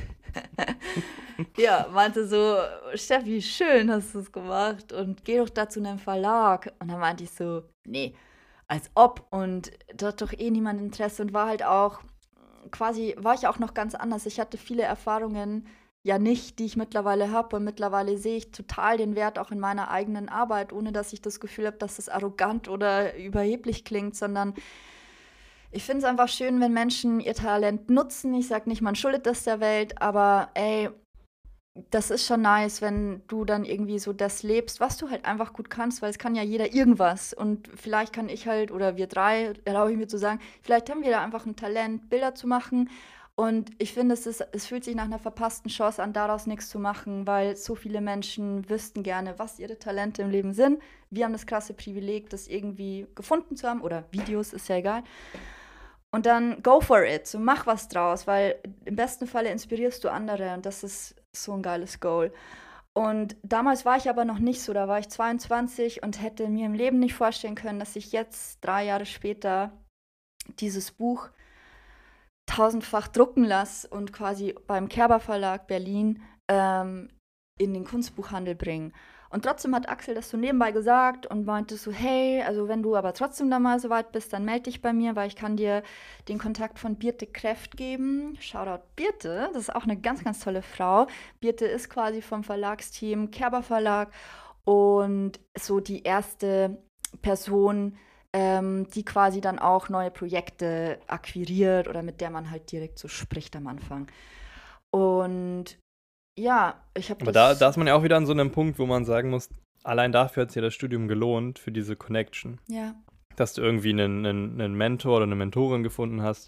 ja, meinte so, Steffi, schön hast du es gemacht und geh doch da zu einem Verlag. Und dann meinte ich so, nee, als ob. Und da hat doch eh niemand Interesse und war halt auch, quasi, war ich auch noch ganz anders. Ich hatte viele Erfahrungen ja nicht, die ich mittlerweile habe. Und mittlerweile sehe ich total den Wert auch in meiner eigenen Arbeit, ohne dass ich das Gefühl habe, dass das arrogant oder überheblich klingt, sondern ich finde es einfach schön, wenn Menschen ihr Talent nutzen. Ich sage nicht, man schuldet das der Welt, aber ey, das ist schon nice, wenn du dann irgendwie so das lebst, was du halt einfach gut kannst, weil es kann ja jeder irgendwas. Und vielleicht kann ich halt, oder wir drei, erlaube ich mir zu sagen, vielleicht haben wir da einfach ein Talent, Bilder zu machen. Und ich finde, es fühlt sich nach einer verpassten Chance an, daraus nichts zu machen, weil so viele Menschen wüssten gerne, was ihre Talente im Leben sind. Wir haben das krasse Privileg, das irgendwie gefunden zu haben, oder Videos, ist ja egal. Und dann go for it, so mach was draus, weil im besten Falle inspirierst du andere und das ist so ein geiles Goal. Und damals war ich aber noch nicht so, da war ich 22 und hätte mir im Leben nicht vorstellen können, dass ich jetzt 3 Jahre später dieses Buch tausendfach drucken lasse und quasi beim Kerber Verlag Berlin in den Kunstbuchhandel bringe. Und trotzdem hat Axel das so nebenbei gesagt und meinte so, hey, also wenn du aber trotzdem da mal so weit bist, dann melde dich bei mir, weil ich kann dir den Kontakt von Birte Kräft geben. Shoutout Birte, das ist auch eine ganz, ganz tolle Frau. Birte ist quasi vom Verlagsteam Kerber Verlag und so die erste Person, die quasi dann auch neue Projekte akquiriert oder mit der man halt direkt so spricht am Anfang. Und ja, ich habe Aber da ist man ja auch wieder an so einem Punkt, wo man sagen muss, allein dafür hat sich ja das Studium gelohnt, für diese Connection. Ja. Dass du irgendwie einen Mentor oder eine Mentorin gefunden hast,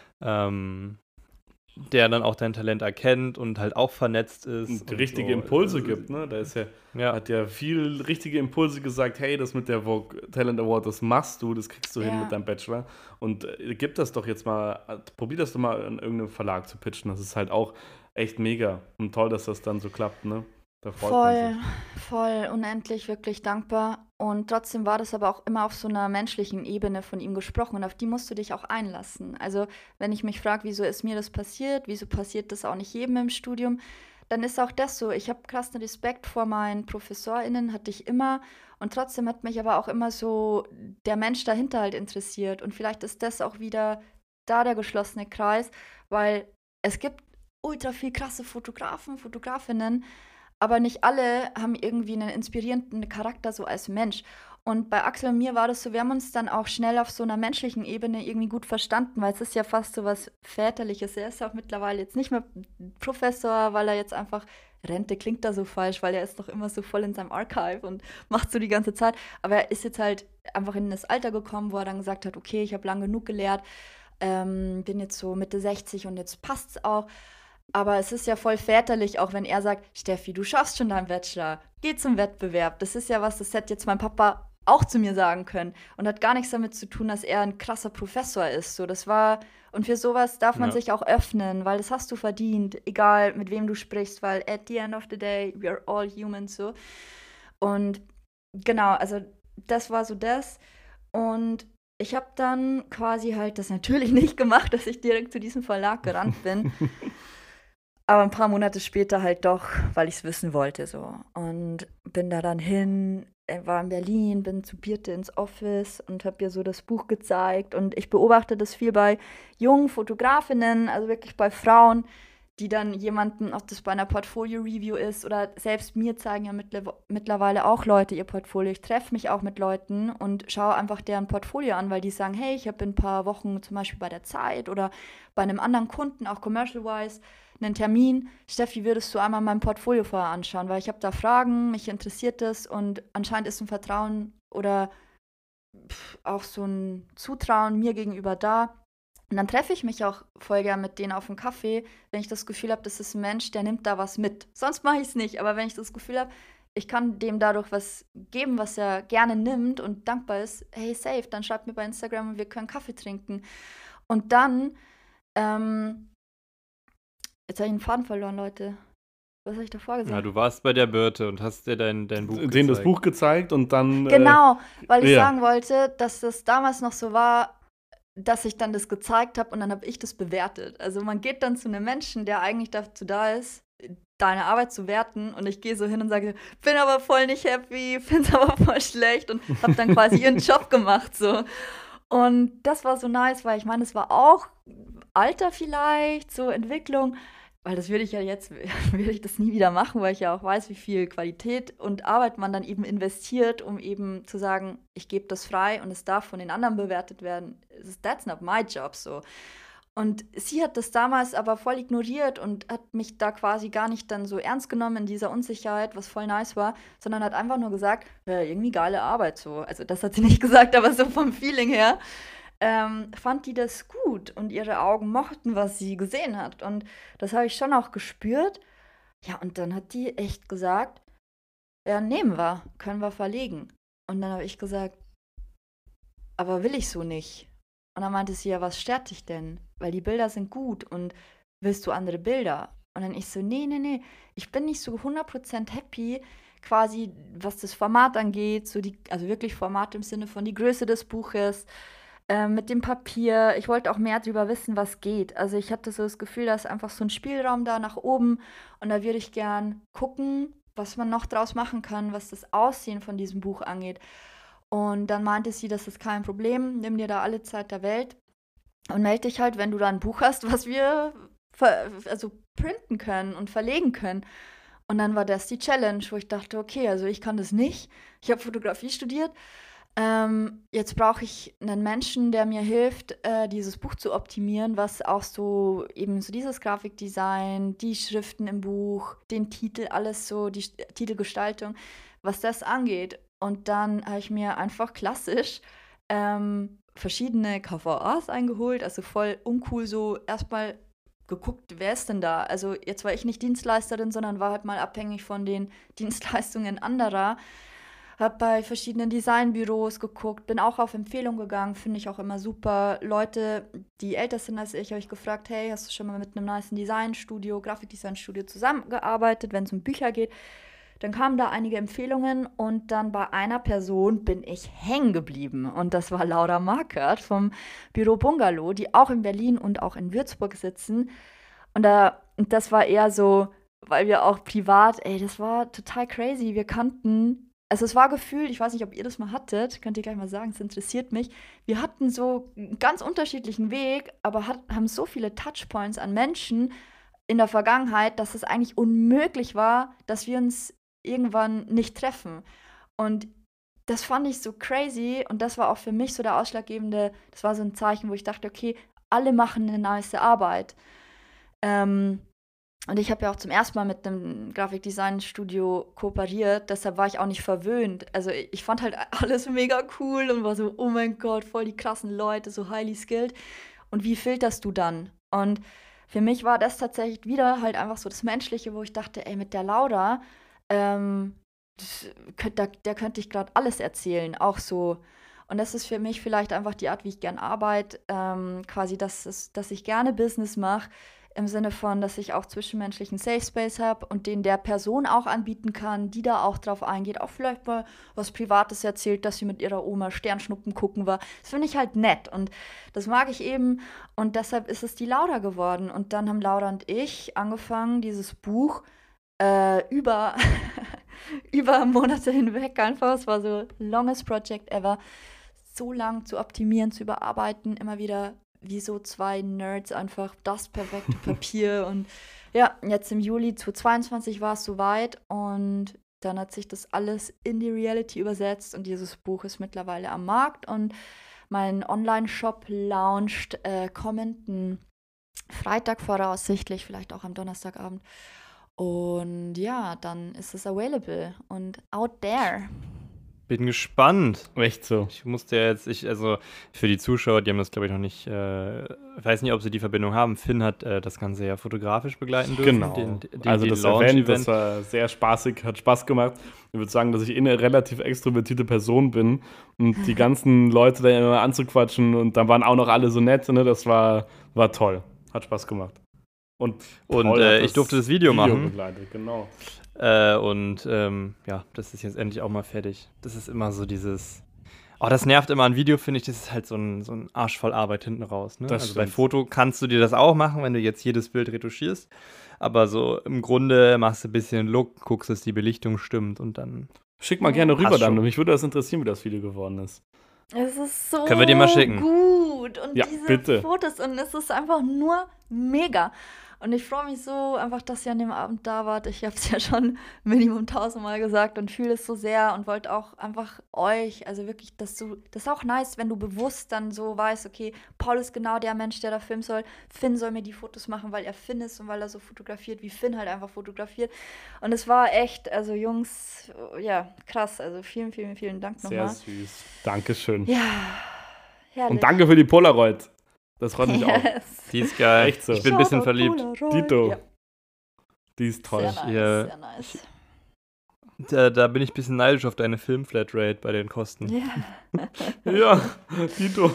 der dann auch dein Talent erkennt und halt auch vernetzt ist. Und richtige so Impulse gibt, ne? Da ist hat ja viel richtige Impulse gesagt, hey, das mit der Vogue Talent Award, das machst du, das kriegst du hin mit deinem Bachelor. Und gib das doch jetzt mal, probier das doch mal an irgendeinem Verlag zu pitchen. Das ist halt auch echt mega und toll, dass das dann so klappt, ne? Da freut man sich. Voll, unendlich, wirklich dankbar. Und trotzdem war das aber auch immer auf so einer menschlichen Ebene von ihm gesprochen und auf die musst du dich auch einlassen. Also wenn ich mich frage, wieso ist mir das passiert, wieso passiert das auch nicht jedem im Studium, dann ist auch das so. Ich habe krassen Respekt vor meinen ProfessorInnen, hatte ich immer. Und trotzdem hat mich aber auch immer so der Mensch dahinter halt interessiert. Und vielleicht ist das auch wieder da der geschlossene Kreis, weil es gibt ultra viel krasse Fotografen, Fotografinnen, aber nicht alle haben irgendwie einen inspirierenden Charakter so als Mensch. Und bei Axel und mir war das so, wir haben uns dann auch schnell auf so einer menschlichen Ebene irgendwie gut verstanden, weil es ist ja fast so was Väterliches. Er ist auch mittlerweile jetzt nicht mehr Professor, weil er jetzt einfach, Rente klingt da so falsch, weil er ist doch immer so voll in seinem Archive und macht so die ganze Zeit. Aber er ist jetzt halt einfach in das Alter gekommen, wo er dann gesagt hat, okay, ich habe lang genug gelehrt, bin jetzt so Mitte 60 und jetzt passt's auch. Aber es ist ja voll väterlich, auch wenn er sagt, Steffi, du schaffst schon deinen Bachelor, geh zum Wettbewerb. Das ist ja was, das hätte jetzt mein Papa auch zu mir sagen können. Und hat gar nichts damit zu tun, dass er ein krasser Professor ist. So, das war, und für sowas darf man sich auch öffnen, weil das hast du verdient, egal mit wem du sprichst, weil at the end of the day, we are all humans, so. Und genau, also das war so das. Und ich habe dann quasi halt das natürlich nicht gemacht, dass ich direkt zu diesem Verlag gerannt bin. Aber ein paar Monate später halt doch, weil ich es wissen wollte, so. Und bin da dann hin, war in Berlin, bin zu Birte ins Office und habe ihr so das Buch gezeigt. Und ich beobachte das viel bei jungen Fotografinnen, also wirklich bei Frauen, die dann jemanden, ob das bei einer Portfolio-Review ist oder selbst mir zeigen ja mittlerweile auch Leute ihr Portfolio. Ich treffe mich auch mit Leuten und schaue einfach deren Portfolio an, weil die sagen, hey, ich habe in ein paar Wochen zum Beispiel bei der Zeit oder bei einem anderen Kunden, auch commercial-wise, einen Termin. Steffi, würdest du einmal mein Portfolio vorher anschauen, weil ich habe da Fragen, mich interessiert das und anscheinend ist ein Vertrauen oder auch so ein Zutrauen mir gegenüber da. Und dann treffe ich mich auch voll gern mit denen auf dem Kaffee, wenn ich das Gefühl habe, das ist ein Mensch, der nimmt da was mit. Sonst mache ich es nicht, aber wenn ich das Gefühl habe, ich kann dem dadurch was geben, was er gerne nimmt und dankbar ist, hey, safe, dann schreibt mir bei Instagram und wir können Kaffee trinken. Und dann, jetzt habe ich den Faden verloren, Leute. Was habe ich davor gesagt? Ja, du warst bei der Birte und hast dir dein Buch gezeigt. Denen das Buch gezeigt und dann... Genau, weil ich sagen wollte, dass das damals noch so war, dass ich dann das gezeigt habe und dann habe ich das bewertet. Also man geht dann zu einem Menschen, der eigentlich dazu da ist, deine Arbeit zu werten und ich gehe so hin und sage, bin aber voll nicht happy, find's aber voll schlecht und habe dann quasi ihren Job gemacht so. Und das war so nice, weil ich meine, es war auch Alter vielleicht, so Entwicklung, weil das würde ich ja jetzt, würde ich das nie wieder machen, weil ich ja auch weiß, wie viel Qualität und Arbeit man dann eben investiert, um eben zu sagen, ich gebe das frei und es darf von den anderen bewertet werden. That's not my job, so. Und sie hat das damals aber voll ignoriert und hat mich da quasi gar nicht dann so ernst genommen in dieser Unsicherheit, was voll nice war, sondern hat einfach nur gesagt, irgendwie geile Arbeit so. Also das hat sie nicht gesagt, aber so vom Feeling her fand die das gut und ihre Augen mochten, was sie gesehen hat. Und das habe ich schon auch gespürt. Ja, und dann hat die echt gesagt, ja, nehmen wir, können wir verlegen. Und dann habe ich gesagt, aber will ich so nicht. Und dann meinte sie, ja, was stört dich denn? Weil die Bilder sind gut und willst du andere Bilder? Und dann ich so, nee, ich bin nicht so 100% happy, quasi, was das Format angeht, so also wirklich Format im Sinne von die Größe des Buches, mit dem Papier. Ich wollte auch mehr darüber wissen, was geht. Also ich hatte so das Gefühl, da ist einfach so ein Spielraum da nach oben und da würde ich gern gucken, was man noch draus machen kann, was das Aussehen von diesem Buch angeht. Und dann meinte sie, das ist kein Problem, nimm dir da alle Zeit der Welt und melde dich halt, wenn du da ein Buch hast, was wir printen können und verlegen können. Und dann war das die Challenge, wo ich dachte, okay, also ich kann das nicht. Ich habe Fotografie studiert. Jetzt brauche ich einen Menschen, der mir hilft, dieses Buch zu optimieren, was auch so eben so dieses Grafikdesign, die Schriften im Buch, den Titel, alles so, die Titelgestaltung, was das angeht. Und dann habe ich mir einfach klassisch verschiedene KVAs eingeholt, also voll uncool so erstmal geguckt, wer ist denn da? Also jetzt war ich nicht Dienstleisterin, sondern war halt mal abhängig von den Dienstleistungen anderer. Habe bei verschiedenen Designbüros geguckt, bin auch auf Empfehlung gegangen, finde ich auch immer super. Leute, die älter sind als ich, habe ich gefragt, hey, hast du schon mal mit einem nicen Designstudio, Grafikdesignstudio zusammengearbeitet, wenn es um Bücher geht? Dann kamen da einige Empfehlungen und dann bei einer Person bin ich hängen geblieben. Und das war Laura Markert vom Büro Bungalow, die auch in Berlin und auch in Würzburg sitzen. Und das war eher so, weil wir auch privat, das war total crazy. Wir kannten, also es war gefühlt, ich weiß nicht, ob ihr das mal hattet, könnt ihr gleich mal sagen, es interessiert mich. Wir hatten so einen ganz unterschiedlichen Weg, aber haben so viele Touchpoints an Menschen in der Vergangenheit, dass es eigentlich unmöglich war, dass wir uns irgendwann nicht treffen. Und das fand ich so crazy und das war auch für mich so der ausschlaggebende, das war so ein Zeichen, wo ich dachte, okay, alle machen eine nice Arbeit. Und ich habe ja auch zum ersten Mal mit einem Grafikdesign-Studio kooperiert, deshalb war ich auch nicht verwöhnt. Also ich fand halt alles mega cool und war so, oh mein Gott, voll die krassen Leute, so highly skilled. Und wie filterst du dann? Und für mich war das tatsächlich wieder halt einfach so das Menschliche, wo ich dachte, mit der Laura, der könnte ich gerade alles erzählen, auch so. Und das ist für mich vielleicht einfach die Art, wie ich gern arbeite, quasi, dass ich gerne Business mache, im Sinne von, dass ich auch zwischenmenschlichen Safe Space habe und den der Person auch anbieten kann, die da auch drauf eingeht, auch vielleicht mal was Privates erzählt, dass sie mit ihrer Oma Sternschnuppen gucken war. Das finde ich halt nett und das mag ich eben und deshalb ist es die Laura geworden. Und dann haben Laura und ich angefangen, dieses Buch über Monate hinweg einfach, es war so longest project ever, so lang zu optimieren, zu überarbeiten, immer wieder wie so zwei Nerds einfach das perfekte Papier. Und ja, jetzt im Juli 2022 war es soweit und dann hat sich das alles in die Reality übersetzt und dieses Buch ist mittlerweile am Markt und mein Online-Shop launcht kommenden Freitag voraussichtlich, vielleicht auch am Donnerstagabend. Und ja, dann ist es available und out there. Bin gespannt. Echt so. Ich musste ja jetzt, also für die Zuschauer, die haben das glaube ich noch nicht, ich weiß nicht, ob sie die Verbindung haben. Finn hat das Ganze ja fotografisch begleiten dürfen. Genau. Also das Event, das war sehr spaßig, hat Spaß gemacht. Ich würde sagen, dass ich eine relativ extrovertierte Person bin und die ganzen Leute da immer anzuquatschen und dann waren auch noch alle so nett, ne? Das war toll. Hat Spaß gemacht. Und ich durfte das Video machen. Begleitet, genau. Das ist jetzt endlich auch mal fertig. Das ist immer so dieses. Oh, das nervt immer an Video, finde ich. Das ist halt so ein Arsch voll Arbeit hinten raus. Ne? Also bei Foto kannst du dir das auch machen, wenn du jetzt jedes Bild retuschierst. Aber so im Grunde machst du ein bisschen Look, guckst, dass die Belichtung stimmt und dann. Schick mal gerne rüber dann. Mich würde das interessieren, wie das Video geworden ist. Es ist so Können wir dir mal schicken? Gut. Und ja, diese bitte. Fotos und es ist einfach nur mega. Und ich freue mich so einfach, dass ihr an dem Abend da wart. Ich habe es ja schon Minimum 1000-mal gesagt und fühle es so sehr und wollte auch einfach euch, also wirklich, das ist auch nice, wenn du bewusst dann so weißt, okay, Paul ist genau der Mensch, der da filmen soll. Finn soll mir die Fotos machen, weil er Finn ist und weil er so fotografiert, wie Finn halt einfach fotografiert. Und es war echt, also Jungs, ja, krass. Also vielen, vielen, vielen Dank nochmal. Sehr süß. Dankeschön. Ja, herrlich. Und danke für die Polaroid. Das freut mich auch. Die ist geil. Echt so. Ich bin ein bisschen verliebt. Polaroid. Dito. Ja. Die ist toll. Sehr nice. Da bin ich ein bisschen neidisch auf deine Film-Flatrate bei den Kosten. Ja. Ja, Dito.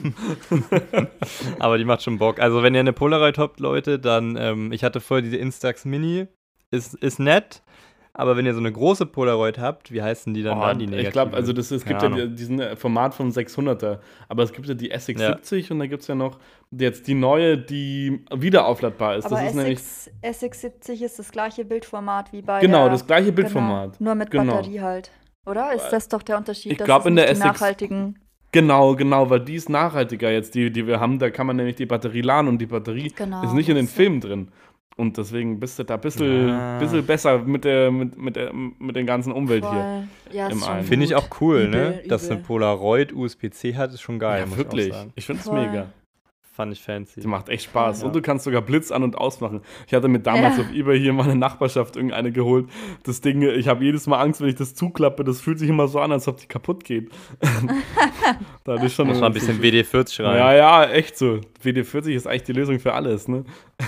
Aber die macht schon Bock. Also wenn ihr eine Polaroid habt, Leute, dann, ich hatte vorher diese Instax Mini. Ist nett. Aber wenn ihr so eine große Polaroid habt, wie heißen die dann die negative? Ich glaube, also es gibt ja diesen Format vom 600er, aber es gibt ja die SX70 und dann gibt es ja noch jetzt die neue, die wieder aufladbar ist. Aber das ist nämlich SX70 ist das gleiche Bildformat wie bei das gleiche Bildformat. Nur mit Batterie halt, oder? Ist das doch der Unterschied? Ich glaube in der SX nachhaltigen. Genau, weil die ist nachhaltiger jetzt, die wir haben, da kann man nämlich die Batterie laden und die Batterie ist nicht in den Filmen drin. Und deswegen bist du da ein bisschen besser mit den ganzen Umwelt hier. Ja, im All. Finde ich auch cool, ne? Dass eine Polaroid USB-C hat, ist schon geil. Ja, wirklich. Ich finde es mega. Fand ich fancy. Die macht echt Spaß. Ja. Und du kannst sogar Blitz an- und ausmachen. Ich hatte mir damals auf eBay hier in meiner Nachbarschaft irgendeine geholt. Das Ding, ich habe jedes Mal Angst, wenn ich das zuklappe. Das fühlt sich immer so an, als ob die kaputt geht. Da hatte ich schon muss man ein bisschen WD-40 rein. Ja, echt so. WD-40 ist eigentlich die Lösung für alles, ne?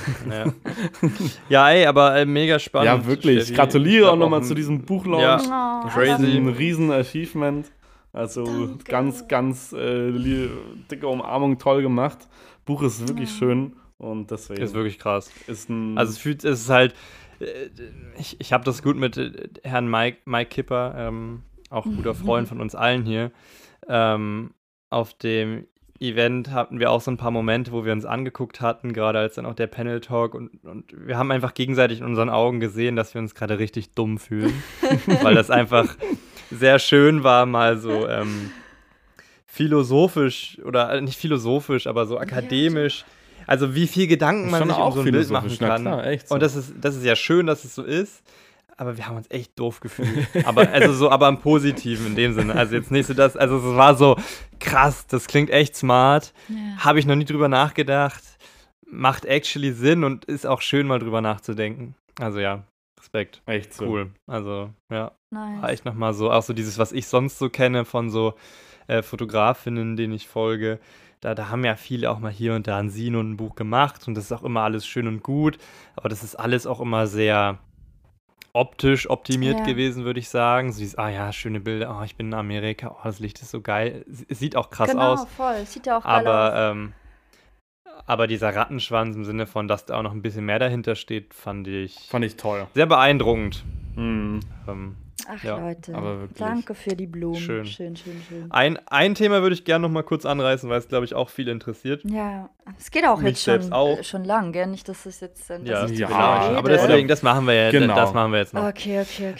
Ja, ey, aber mega spannend. Ja, wirklich. Steffi. Ich gratuliere auch nochmal zu diesem Buchlaunch. Ja, crazy. Ein riesen Achievement. Also ganz, ganz dicke Umarmung, toll gemacht. Buch ist wirklich schön und deswegen. Ist wirklich krass. Also es ist halt, ich habe das gut mit Herrn Mike Kipper, auch guter Freund von uns allen hier. Auf dem Event hatten wir auch so ein paar Momente, wo wir uns angeguckt hatten, gerade als dann auch der Panel-Talk und wir haben einfach gegenseitig in unseren Augen gesehen, dass wir uns gerade richtig dumm fühlen, weil das einfach sehr schön war, mal so philosophisch oder nicht philosophisch, aber so akademisch. Also wie viel Gedanken man sich um so ein Bild machen kann. Klar, echt so. Und das ist ja schön, dass es so ist, aber wir haben uns echt doof gefühlt. aber im Positiven in dem Sinne. Also jetzt nicht so das, also es war so krass, das klingt echt smart. Ja. Habe ich noch nie drüber nachgedacht. Macht actually Sinn und ist auch schön, mal drüber nachzudenken. Also ja, Respekt. Echt so. Cool. Also ja, nice. War echt nochmal so, auch so dieses, was ich sonst so kenne von so Fotografinnen, denen ich folge. Da haben ja viele auch mal hier und da ein Zine und ein Buch gemacht und das ist auch immer alles schön und gut, aber das ist alles auch immer sehr optisch optimiert gewesen, würde ich sagen. So dieses, schöne Bilder, ich bin in Amerika, das Licht ist so geil. Es sieht auch krass aus. Genau, voll, sieht ja auch geil aus. Aber dieser Rattenschwanz im Sinne von, dass da auch noch ein bisschen mehr dahinter steht, fand ich toll. Sehr beeindruckend. Ach Leute, aber wirklich. Danke für die Blumen. Schön. Schön. Ein Thema würde ich gerne noch mal kurz anreißen, weil es, glaube ich, auch viel interessiert. Ja, es geht auch mich jetzt schon lang, gell? Nicht, dass es jetzt aber deswegen, das machen wir ja das machen wir jetzt noch. Okay.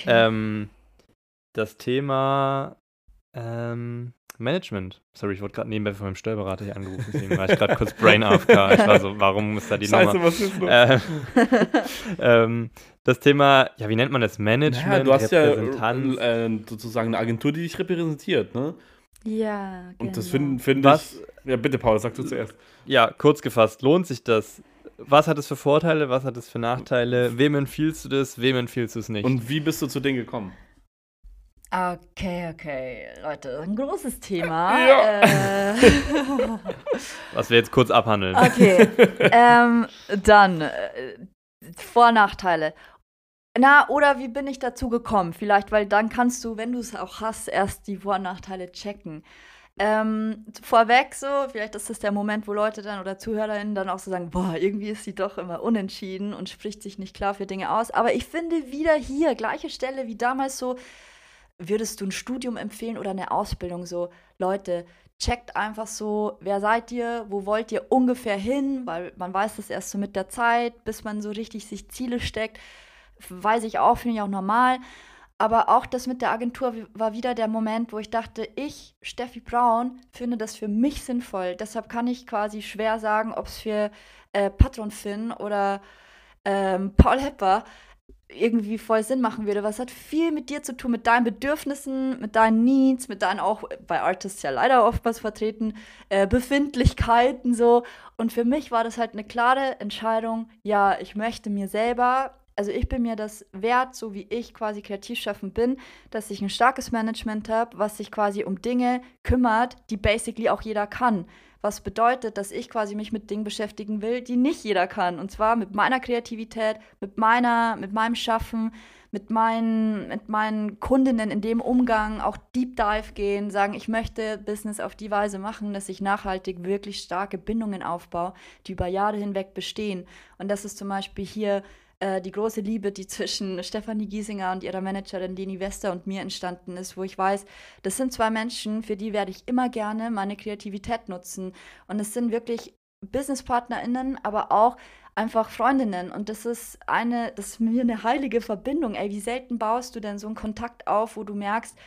Das Thema Management. Sorry, ich wurde gerade nebenbei von meinem Steuerberater hier angerufen, deswegen war ich gerade kurz Brain AFK. Ich war so, warum ist da die Nummer? Was ist los? Das Thema, wie nennt man das? Management, du hast Repräsentanz. Ja sozusagen eine Agentur, die dich repräsentiert, ne? Ja, genau. Und das finde ich... Ja, bitte, Paul, sag du zuerst. Ja, kurz gefasst, lohnt sich das? Was hat es für Vorteile, was hat es für Nachteile? Wem empfiehlst du das, wem empfiehlst du es nicht? Und wie bist du zu denen gekommen? Okay, Leute, ein großes Thema. Ja. Was wir jetzt kurz abhandeln. Okay, dann Vor- und Nachteile. Na, oder wie bin ich dazu gekommen? Vielleicht, weil dann kannst du, wenn du es auch hast, erst die Vor- und Nachteile checken. Vorweg so, vielleicht ist das der Moment, wo Leute dann oder ZuhörerInnen dann auch so sagen, boah, irgendwie ist sie doch immer unentschieden und spricht sich nicht klar für Dinge aus. Aber ich finde wieder hier, gleiche Stelle wie damals so, würdest du ein Studium empfehlen oder eine Ausbildung so, Leute, checkt einfach so, wer seid ihr, wo wollt ihr ungefähr hin, weil man weiß das erst so mit der Zeit, bis man so richtig sich Ziele steckt, weiß ich auch, finde ich auch normal. Aber auch das mit der Agentur war wieder der Moment, wo ich dachte, ich, Steffi Braun, finde das für mich sinnvoll. Deshalb kann ich quasi schwer sagen, ob es für Patron Finn oder Paul Hepper irgendwie voll Sinn machen würde. Was hat viel mit dir zu tun, mit deinen Bedürfnissen, mit deinen Needs, mit deinen auch bei Artists ja leider oftmals vertreten, Befindlichkeiten so. Und für mich war das halt eine klare Entscheidung, ja, ich möchte mir selber, also ich bin mir das wert, so wie ich quasi kreativ schaffen bin, dass ich ein starkes Management habe, was sich quasi um Dinge kümmert, die basically auch jeder kann. Was bedeutet, dass ich quasi mich mit Dingen beschäftigen will, die nicht jeder kann. Und zwar mit meiner Kreativität, mit meinem Schaffen, mit meinen Kundinnen in dem Umgang auch Deep Dive gehen, sagen, ich möchte Business auf die Weise machen, dass ich nachhaltig wirklich starke Bindungen aufbaue, die über Jahre hinweg bestehen. Und das ist zum Beispiel hier die große Liebe, die zwischen Stefanie Giesinger und ihrer Managerin Leni Wester und mir entstanden ist, wo ich weiß, das sind zwei Menschen, für die werde ich immer gerne meine Kreativität nutzen. Und es sind wirklich BusinesspartnerInnen, aber auch einfach Freundinnen. Und das ist mir eine heilige Verbindung. Ey, wie selten baust du denn so einen Kontakt auf, wo du merkst,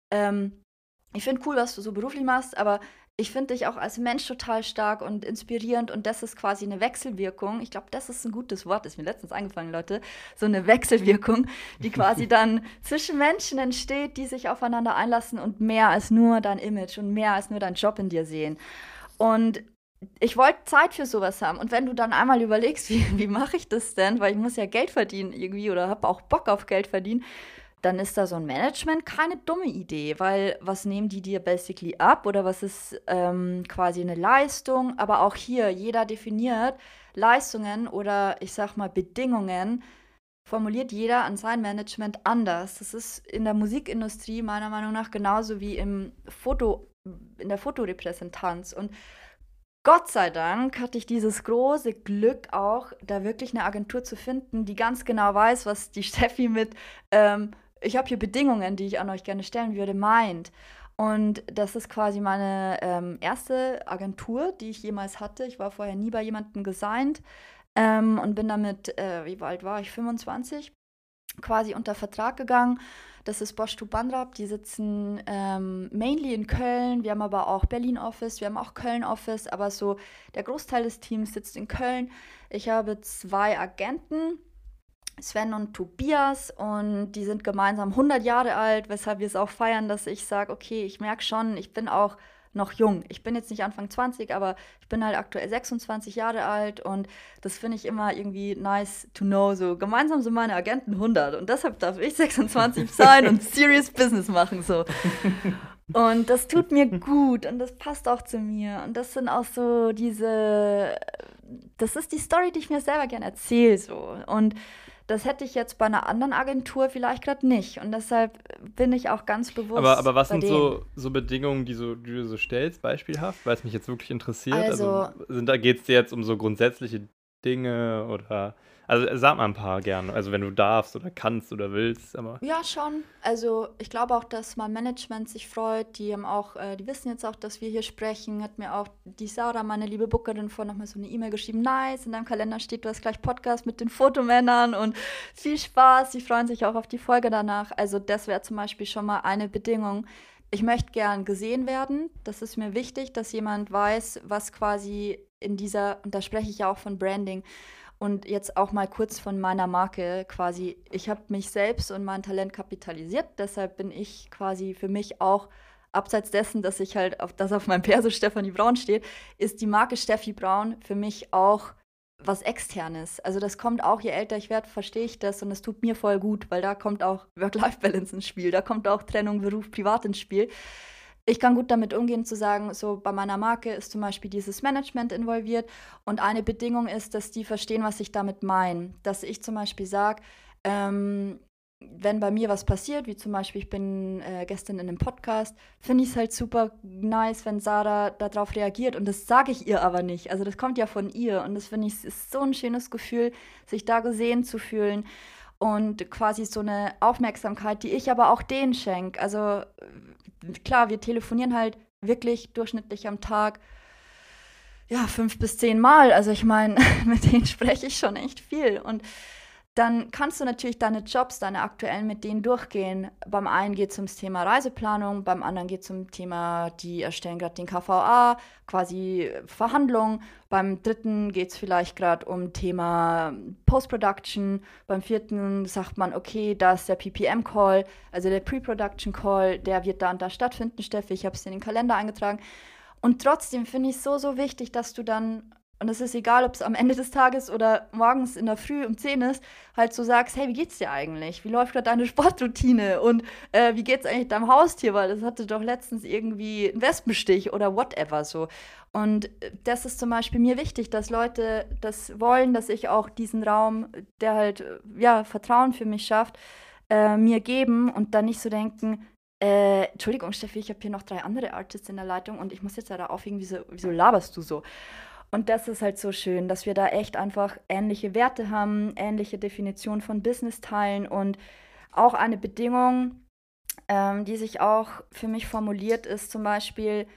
ich finde cool, was du so beruflich machst, aber ich finde dich auch als Mensch total stark und inspirierend und das ist quasi eine Wechselwirkung. Ich glaube, das ist ein gutes Wort, ist mir letztens eingefallen, Leute. So eine Wechselwirkung, die quasi dann zwischen Menschen entsteht, die sich aufeinander einlassen und mehr als nur dein Image und mehr als nur deinen Job in dir sehen. Und ich wollte Zeit für sowas haben. Und wenn du dann einmal überlegst, wie mache ich das denn? Weil ich muss ja Geld verdienen irgendwie oder habe auch Bock auf Geld verdienen, dann ist da so ein Management keine dumme Idee, weil was nehmen die dir basically ab oder was ist quasi eine Leistung? Aber auch hier, jeder definiert Leistungen oder ich sag mal Bedingungen, formuliert jeder an sein Management anders. Das ist in der Musikindustrie meiner Meinung nach genauso wie in der Fotorepräsentanz. Und Gott sei Dank hatte ich dieses große Glück auch, da wirklich eine Agentur zu finden, die ganz genau weiß, was die Steffi mit ich habe hier Bedingungen, die ich an euch gerne stellen würde, meint. Und das ist quasi meine erste Agentur, die ich jemals hatte. Ich war vorher nie bei jemandem gesigned und bin damit, wie alt war ich, 25, quasi unter Vertrag gegangen. Das ist Bosch Bandrap, die sitzen mainly in Köln. Wir haben aber auch Berlin-Office, wir haben auch Köln-Office, aber so der Großteil des Teams sitzt in Köln. Ich habe 2 Agenten, Sven und Tobias, und die sind gemeinsam 100 Jahre alt, weshalb wir es auch feiern, dass ich sage, okay, ich merke schon, ich bin auch noch jung. Ich bin jetzt nicht Anfang 20, aber ich bin halt aktuell 26 Jahre alt und das finde ich immer irgendwie nice to know. So gemeinsam sind meine Agenten 100 und deshalb darf ich 26 sein und serious Business machen so. Und das tut mir gut und das passt auch zu mir und das sind auch so das ist die Story, die ich mir selber gerne erzähle so. Und das hätte ich jetzt bei einer anderen Agentur vielleicht gerade nicht. Und deshalb bin ich auch ganz bewusst. Aber was sind so Bedingungen, die du so stellst, beispielhaft, weil es mich jetzt wirklich interessiert? Also geht es dir jetzt um so grundsätzliche Dinge oder. Also sag mal ein paar gerne, also wenn du darfst oder kannst oder willst, aber. Ja, schon. Also ich glaube auch, dass mein Management sich freut. Die wissen jetzt auch, dass wir hier sprechen. Hat mir auch die Sarah, meine liebe Bookerin, vorhin nochmal so eine E-Mail geschrieben. Nice, in deinem Kalender steht, du hast gleich Podcast mit den Fotomännern und viel Spaß. Sie freuen sich auch auf die Folge danach. Also das wäre zum Beispiel schon mal eine Bedingung. Ich möchte gern gesehen werden. Das ist mir wichtig, dass jemand weiß, was quasi und da spreche ich ja auch von Branding, und jetzt auch mal kurz von meiner Marke quasi. Ich habe mich selbst und mein Talent kapitalisiert. Deshalb bin ich quasi für mich auch, abseits dessen, dass ich halt auf meinem Perso Stefanie Braun steht, ist die Marke Steffi Braun für mich auch was Externes. Also das kommt auch, je älter ich werde, verstehe ich das und es tut mir voll gut, weil da kommt auch Work-Life-Balance ins Spiel, da kommt auch Trennung Beruf, Privat ins Spiel. Ich kann gut damit umgehen, zu sagen, so bei meiner Marke ist zum Beispiel dieses Management involviert und eine Bedingung ist, dass die verstehen, was ich damit meine. Dass ich zum Beispiel sage, wenn bei mir was passiert, wie zum Beispiel, ich bin gestern in einem Podcast, finde ich es halt super nice, wenn Sarah darauf reagiert. Und das sage ich ihr aber nicht. Also das kommt ja von ihr. Und das finde ich, ist so ein schönes Gefühl, sich da gesehen zu fühlen. Und quasi so eine Aufmerksamkeit, die ich aber auch denen schenke. Also klar, wir telefonieren halt wirklich durchschnittlich am Tag, ja, 5 bis 10 Mal. Also ich meine, mit denen spreche ich schon echt viel. Und dann kannst du natürlich deine Jobs, deine aktuellen mit denen durchgehen. Beim einen geht es ums Thema Reiseplanung, beim anderen geht es um Thema, die erstellen gerade den KVA, quasi Verhandlungen. Beim dritten geht es vielleicht gerade um Thema Post-Production. Beim vierten sagt man, okay, da ist der PPM-Call, also der Pre-Production-Call, der wird da und da stattfinden, Steffi, ich habe es in den Kalender eingetragen. Und trotzdem finde ich es so, so wichtig, dass du dann, und es ist egal, ob es am Ende des Tages oder morgens in der Früh um 10 ist, halt so sagst, hey, wie geht's dir eigentlich? Wie läuft gerade deine Sportroutine? Und wie geht's eigentlich deinem Haustier? Weil das hatte doch letztens irgendwie einen Wespenstich oder whatever so. Und das ist zum Beispiel mir wichtig, dass Leute das wollen, dass ich auch diesen Raum, der halt, ja, Vertrauen für mich schafft, mir geben und dann nicht so denken, Entschuldigung, Steffi, ich habe hier noch 3 andere Artists in der Leitung und ich muss jetzt da aufhängen, wieso laberst du so? Und das ist halt so schön, dass wir da echt einfach ähnliche Werte haben, ähnliche Definitionen von Business teilen und auch eine Bedingung, die sich auch für mich formuliert, ist zum Beispiel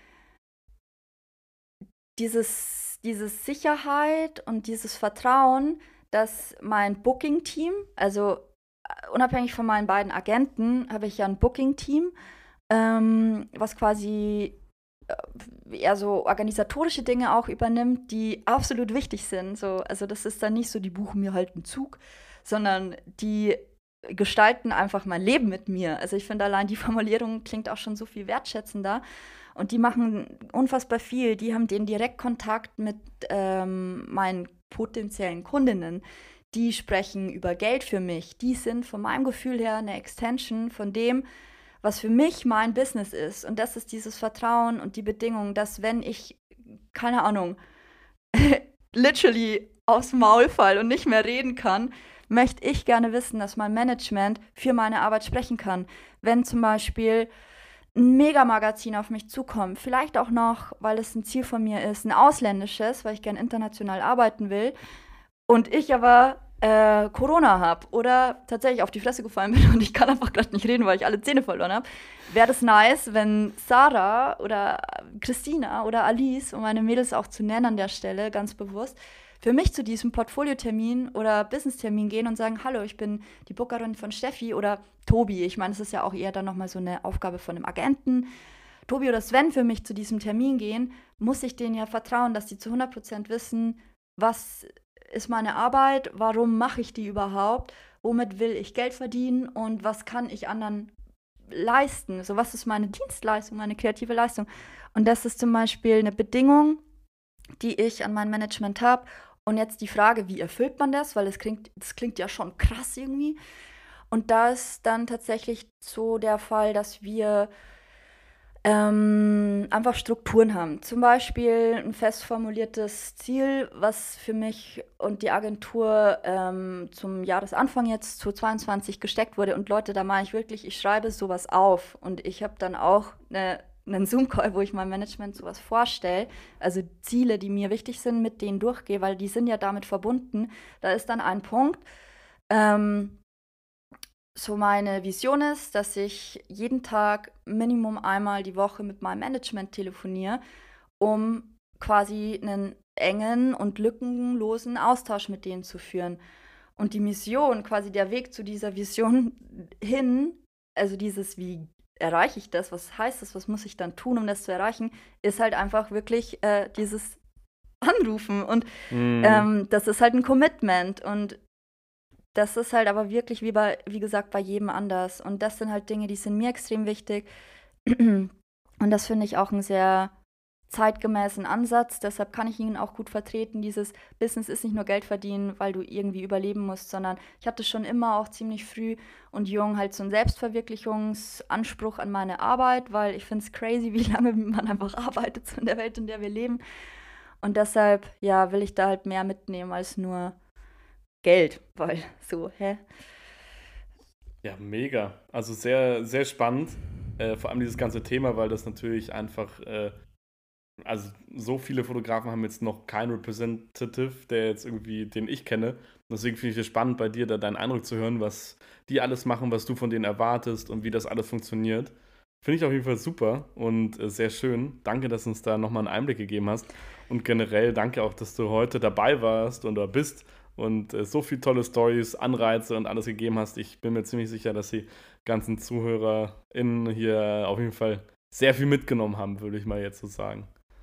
diese Sicherheit und dieses Vertrauen, dass mein Booking-Team, also unabhängig von meinen beiden Agenten, habe ich ja ein Booking-Team, was quasi eher so organisatorische Dinge auch übernimmt, die absolut wichtig sind. So, also das ist dann nicht so, die buchen mir halt einen Zug, sondern die gestalten einfach mein Leben mit mir. Also ich finde allein die Formulierung klingt auch schon so viel wertschätzender. Und die machen unfassbar viel. Die haben den Direktkontakt mit meinen potenziellen Kundinnen. Die sprechen über Geld für mich. Die sind von meinem Gefühl her eine Extension von dem, was für mich mein Business ist. Und das ist dieses Vertrauen und die Bedingung, dass wenn ich, keine Ahnung, literally aufs Maul fall und nicht mehr reden kann, möchte ich gerne wissen, dass mein Management für meine Arbeit sprechen kann. Wenn zum Beispiel ein Megamagazin auf mich zukommt, vielleicht auch noch, weil es ein Ziel von mir ist, ein ausländisches, weil ich gerne international arbeiten will, und ich aber Corona habe oder tatsächlich auf die Fresse gefallen bin und ich kann einfach gerade nicht reden, weil ich alle Zähne verloren habe, wäre das nice, wenn Sarah oder Christina oder Alice, um meine Mädels auch zu nennen an der Stelle, ganz bewusst, für mich zu diesem Portfoliotermin oder Business-Termin gehen und sagen, hallo, ich bin die Bookerin von Steffi oder Tobi. Ich meine, es ist ja auch eher dann nochmal so eine Aufgabe von einem Agenten. Tobi oder Sven für mich zu diesem Termin gehen, muss ich denen ja vertrauen, dass die zu 100% wissen, was ist meine Arbeit, warum mache ich die überhaupt, womit will ich Geld verdienen und was kann ich anderen leisten, so was ist meine Dienstleistung, meine kreative Leistung. Und das ist zum Beispiel eine Bedingung, die ich an mein Management habe. Und jetzt die Frage, wie erfüllt man das, weil das klingt ja schon krass irgendwie. Und da ist dann tatsächlich so der Fall, dass wir einfach Strukturen haben. Zum Beispiel ein fest formuliertes Ziel, was für mich und die Agentur zum Jahresanfang jetzt 2022 gesteckt wurde. Und Leute, da mache ich wirklich, ich schreibe sowas auf. Und ich habe dann auch einen Zoom-Call, wo ich meinem Management sowas vorstelle. Also Ziele, die mir wichtig sind, mit denen durchgehe, weil die sind ja damit verbunden. Da ist dann ein Punkt, so meine Vision ist, dass ich jeden Tag Minimum einmal die Woche mit meinem Management telefoniere, um quasi einen engen und lückenlosen Austausch mit denen zu führen. Und die Mission, quasi der Weg zu dieser Vision hin, also dieses, wie erreiche ich das, was heißt das, was muss ich dann tun, um das zu erreichen, ist halt einfach wirklich dieses Anrufen. Und das ist halt ein Commitment. Und das ist halt aber wirklich, wie gesagt, bei jedem anders. Und das sind halt Dinge, die sind mir extrem wichtig. Und das finde ich auch ein sehr zeitgemäßen Ansatz. Deshalb kann ich ihn auch gut vertreten. Dieses Business ist nicht nur Geld verdienen, weil du irgendwie überleben musst, sondern ich hatte schon immer auch ziemlich früh und jung halt so einen Selbstverwirklichungsanspruch an meine Arbeit, weil ich finde es crazy, wie lange man einfach arbeitet so in der Welt, in der wir leben. Und deshalb, ja, will ich da halt mehr mitnehmen als nur Geld, weil so, hä? Ja, mega. Also sehr, sehr spannend. Vor allem dieses ganze Thema, weil das natürlich einfach, also so viele Fotografen haben jetzt noch keinen Representative, der jetzt irgendwie, den ich kenne. Deswegen finde ich es spannend, bei dir da deinen Eindruck zu hören, was die alles machen, was du von denen erwartest und wie das alles funktioniert. Finde ich auf jeden Fall super und sehr schön. Danke, dass du uns da nochmal einen Einblick gegeben hast. Und generell danke auch, dass du heute dabei warst oder bist und so viele tolle Stories, Anreize und alles gegeben hast. Ich bin mir ziemlich sicher, dass die ganzen ZuhörerInnen hier auf jeden Fall sehr viel mitgenommen haben, würde ich mal jetzt so sagen.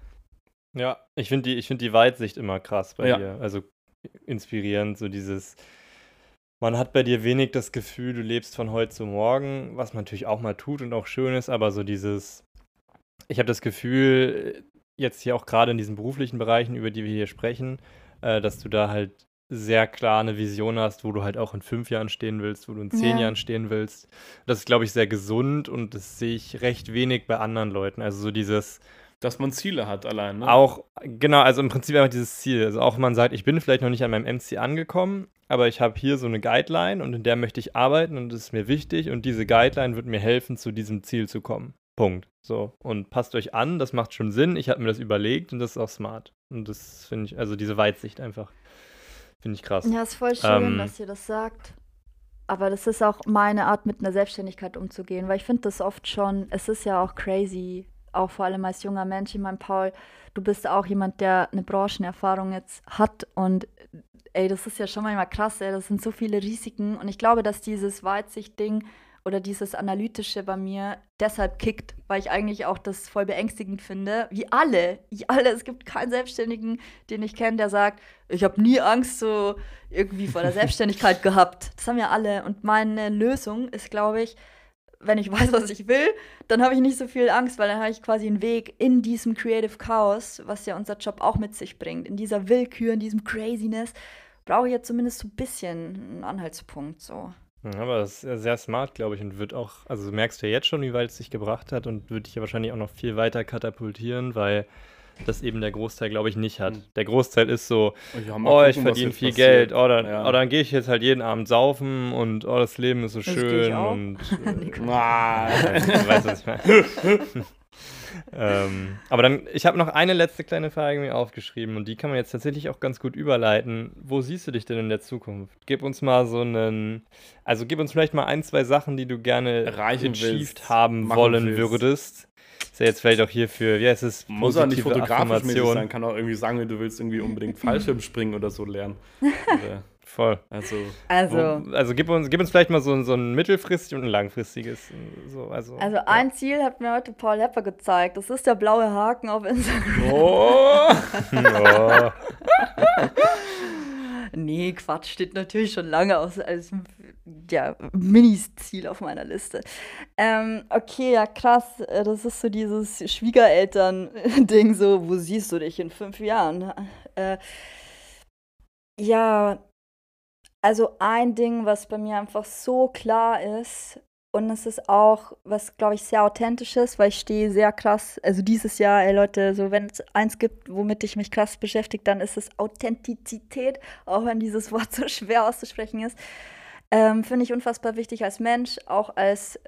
Ja, ich find die Weitsicht immer krass bei dir. Also inspirierend, so dieses, man hat bei dir wenig das Gefühl, du lebst von heute zu morgen, was man natürlich auch mal tut und auch schön ist, aber so dieses, ich habe das Gefühl, jetzt hier auch gerade in diesen beruflichen Bereichen, über die wir hier sprechen, dass du da halt sehr klar eine Vision hast, wo du halt auch in 5 Jahren stehen willst, wo du in 10 Jahren stehen willst. Das ist, glaube ich, sehr gesund und das sehe ich recht wenig bei anderen Leuten. Also so dieses, dass man Ziele hat allein, ne? Auch, genau, also im Prinzip einfach dieses Ziel. Also auch wenn man sagt, ich bin vielleicht noch nicht an meinem MC angekommen, aber ich habe hier so eine Guideline und in der möchte ich arbeiten und das ist mir wichtig und diese Guideline wird mir helfen, zu diesem Ziel zu kommen. Punkt. So. Und passt euch an, das macht schon Sinn. Ich habe mir das überlegt und das ist auch smart. Und das finde ich, also diese Weitsicht einfach, finde ich krass. Ja, ist voll schön, dass ihr das sagt. Aber das ist auch meine Art, mit einer Selbstständigkeit umzugehen, weil ich finde das oft schon, es ist ja auch crazy, auch vor allem als junger Mensch. Ich meine, Paul, du bist auch jemand, der eine Branchenerfahrung jetzt hat und ey, das ist ja schon manchmal krass, ey, das sind so viele Risiken und ich glaube, dass dieses Weitsicht-Ding oder dieses Analytische bei mir deshalb kickt, weil ich eigentlich auch das voll beängstigend finde, wie alle, es gibt keinen Selbstständigen, den ich kenne, der sagt, ich habe nie Angst so irgendwie vor der Selbstständigkeit gehabt. Das haben ja alle und meine Lösung ist, glaube ich, wenn ich weiß, was ich will, dann habe ich nicht so viel Angst, weil dann habe ich quasi einen Weg in diesem Creative Chaos, was ja unser Job auch mit sich bringt, in dieser Willkür, in diesem Craziness, brauche ich ja zumindest so ein bisschen einen Anhaltspunkt, so. Ja, aber das ist sehr smart, glaube ich, und wird auch, also merkst du ja jetzt schon, wie weit es dich gebracht hat und wird dich ja wahrscheinlich auch noch viel weiter katapultieren, weil das eben der Großteil, glaube ich, nicht hat. Der Großteil ist so, ich verdiene viel Geld, dann gehe ich jetzt halt jeden Abend saufen und das Leben ist so das schön und du weißt, was ich meine. Aber dann, ich habe noch eine letzte kleine Frage mir aufgeschrieben und die kann man jetzt tatsächlich auch ganz gut überleiten. Wo siehst du dich denn in der Zukunft? Gib uns mal gib uns vielleicht mal 1, 2 Sachen, die du gerne achieved haben wollen würdest. Ist ja jetzt vielleicht auch hier für, wie heißt es, muss auch nicht fotografisch sein, kann auch irgendwie sagen, du willst irgendwie unbedingt Fallschirmspringen oder so lernen. Voll. Also gib uns vielleicht mal so ein mittelfristig und ein langfristiges. Ein Ziel hat mir heute Paul Lepper gezeigt. Das ist der blaue Haken auf Instagram. Oh! Nee, Quatsch, steht natürlich schon lange als Minis-Ziel auf meiner Liste. Okay, ja krass, das ist so dieses Schwiegereltern-Ding, so, wo siehst du dich in 5 Jahren? Ja, also ein Ding, was bei mir einfach so klar ist, und es ist auch, was, glaube ich, sehr authentisch ist, weil ich stehe sehr krass, also dieses Jahr, ey Leute, so wenn es eins gibt, womit ich mich krass beschäftige, dann ist es Authentizität, auch wenn dieses Wort so schwer auszusprechen ist. Finde ich unfassbar wichtig als Mensch, auch als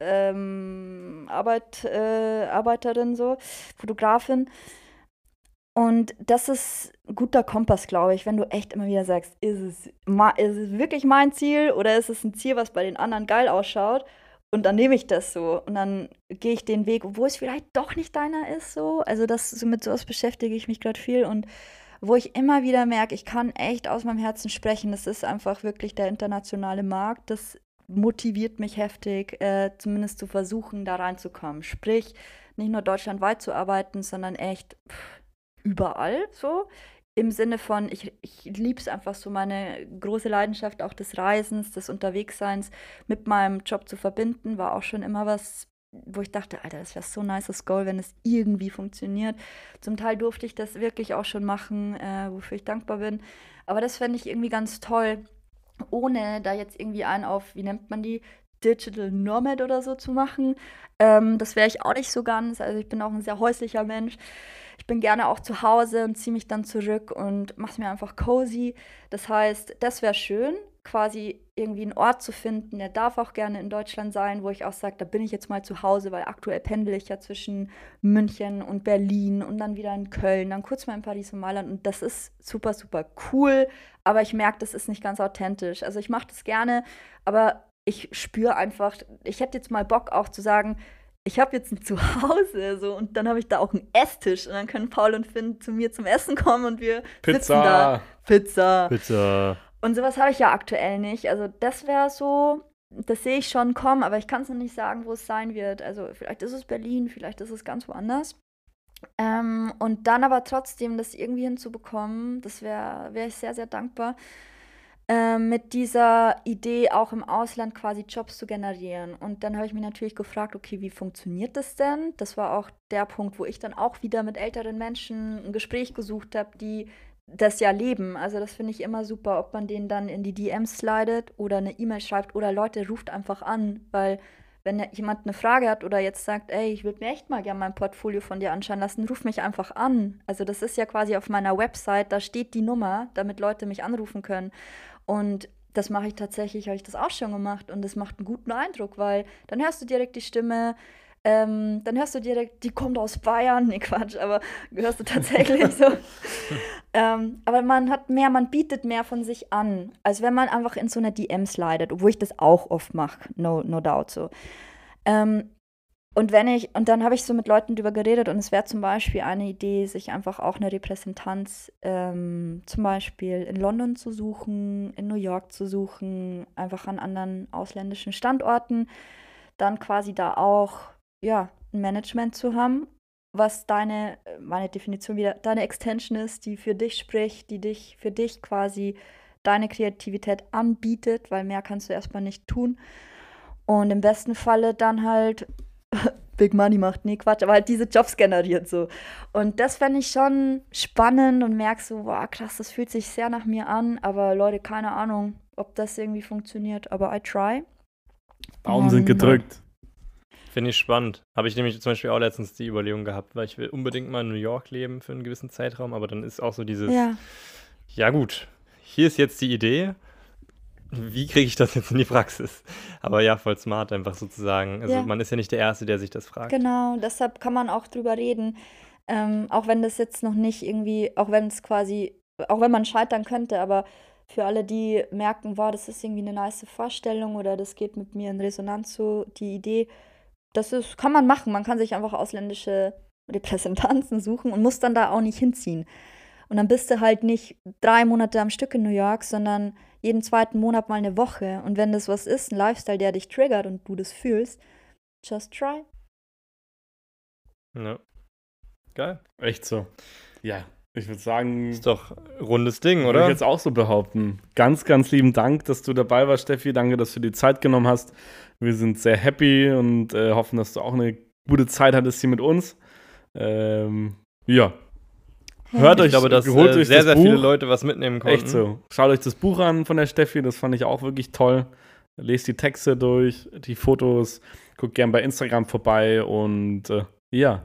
Arbeiterin, so, Fotografin. Und das ist ein guter Kompass, glaube ich, wenn du echt immer wieder sagst, ist es wirklich mein Ziel oder ist es ein Ziel, was bei den anderen geil ausschaut? Und dann nehme ich das so und dann gehe ich den Weg, obwohl es vielleicht doch nicht deiner ist, so. Also mit sowas beschäftige ich mich gerade viel und wo ich immer wieder merke, ich kann echt aus meinem Herzen sprechen. Das ist einfach wirklich der internationale Markt. Das motiviert mich heftig, zumindest zu versuchen, da reinzukommen. Sprich, nicht nur deutschlandweit zu arbeiten, sondern echt überall so. Im Sinne von, ich liebe es einfach so, meine große Leidenschaft auch des Reisens, des Unterwegsseins mit meinem Job zu verbinden, war auch schon immer was wo ich dachte, Alter, das wäre so ein nices Goal, wenn es irgendwie funktioniert. Zum Teil durfte ich das wirklich auch schon machen, wofür ich dankbar bin. Aber das fände ich irgendwie ganz toll, ohne da jetzt irgendwie einen auf, wie nennt man die, Digital Nomad oder so zu machen. Das wäre ich auch nicht so ganz. Also ich bin auch ein sehr häuslicher Mensch. Ich bin gerne auch zu Hause und ziehe mich dann zurück und mache es mir einfach cozy. Das heißt, das wäre schön, quasi irgendwie einen Ort zu finden, der darf auch gerne in Deutschland sein, wo ich auch sage, da bin ich jetzt mal zu Hause, weil aktuell pendle ich ja zwischen München und Berlin und dann wieder in Köln, dann kurz mal in Paris und Mailand und das ist super, super cool, aber ich merke, das ist nicht ganz authentisch. Also ich mache das gerne, aber ich spüre einfach, ich hätte jetzt mal Bock auch zu sagen, ich habe jetzt ein Zuhause so, und dann habe ich da auch einen Esstisch und dann können Paul und Finn zu mir zum Essen kommen und wir sitzen da. Pizza. Und sowas habe ich ja aktuell nicht. Also das wäre so, das sehe ich schon kommen, aber ich kann es noch nicht sagen, wo es sein wird. Also vielleicht ist es Berlin, vielleicht ist es ganz woanders. Und dann aber trotzdem das irgendwie hinzubekommen, das wär ich sehr, sehr dankbar. Mit dieser Idee auch im Ausland quasi Jobs zu generieren. Und dann habe ich mich natürlich gefragt, okay, wie funktioniert das denn? Das war auch der Punkt, wo ich dann auch wieder mit älteren Menschen ein Gespräch gesucht habe, die das ja leben. Also das finde ich immer super, ob man denen dann in die DMs slidet oder eine E-Mail schreibt oder Leute, ruft einfach an, weil wenn jemand eine Frage hat oder jetzt sagt, ey, ich würde mir echt mal gerne mein Portfolio von dir anschauen lassen, ruf mich einfach an. Also das ist ja quasi auf meiner Website, da steht die Nummer, damit Leute mich anrufen können. Und das mache ich tatsächlich, habe ich das auch schon gemacht und das macht einen guten Eindruck, weil dann hörst du direkt die Stimme, dann hörst du direkt, die kommt aus Bayern, nee Quatsch, aber hörst du tatsächlich so. Aber man bietet mehr von sich an, als wenn man einfach in so eine DM slidet, obwohl ich das auch oft mache, no doubt so. Und dann habe ich so mit Leuten drüber geredet und es wäre zum Beispiel eine Idee, sich einfach auch eine Repräsentanz zum Beispiel in London zu suchen, in New York zu suchen, einfach an anderen ausländischen Standorten, dann quasi da auch ein Management zu haben, was meine Definition wieder, deine Extension ist, die für dich spricht, die für dich quasi deine Kreativität anbietet, weil mehr kannst du erstmal nicht tun. Und im besten Falle dann halt Big Money macht, nee, Quatsch, aber halt diese Jobs generiert so. Und das fände ich schon spannend und merkst so, boah, krass, das fühlt sich sehr nach mir an, aber Leute, keine Ahnung, ob das irgendwie funktioniert, aber I try. Daumen sind gedrückt. Finde ich spannend. Habe ich nämlich zum Beispiel auch letztens die Überlegung gehabt, weil ich will unbedingt mal in New York leben für einen gewissen Zeitraum, aber dann ist auch so dieses, ja gut, hier ist jetzt die Idee, wie kriege ich das jetzt in die Praxis? Aber ja, voll smart einfach sozusagen. Also man ist ja nicht der Erste, der sich das fragt. Genau, deshalb kann man auch drüber reden, auch wenn das jetzt noch nicht irgendwie, auch wenn man scheitern könnte, aber für alle, die merken, wow, das ist irgendwie eine nice Vorstellung oder das geht mit mir in Resonanz, so die Idee, kann man machen. Man kann sich einfach ausländische Repräsentanzen suchen und muss dann da auch nicht hinziehen. Und dann bist du halt nicht 3 Monate am Stück in New York, sondern jeden 2. Monat mal eine Woche. Und wenn das was ist, ein Lifestyle, der dich triggert und du das fühlst, just try. Ja. Geil. Echt so. Ja, ich würde sagen... Ist doch ein rundes Ding, oder? Würde ich jetzt auch so behaupten. Ganz, ganz lieben Dank, dass du dabei warst, Steffi. Danke, dass du dir die Zeit genommen hast. Wir sind sehr happy und hoffen, dass du auch eine gute Zeit hattest hier mit uns. Ja. Hört euch, ich glaube, dass holt euch sehr, das sehr Buch. Viele Leute was mitnehmen konnten. Echt so. Schaut euch das Buch an von der Steffi, das fand ich auch wirklich toll. Lest die Texte durch, die Fotos, guckt gern bei Instagram vorbei und ja.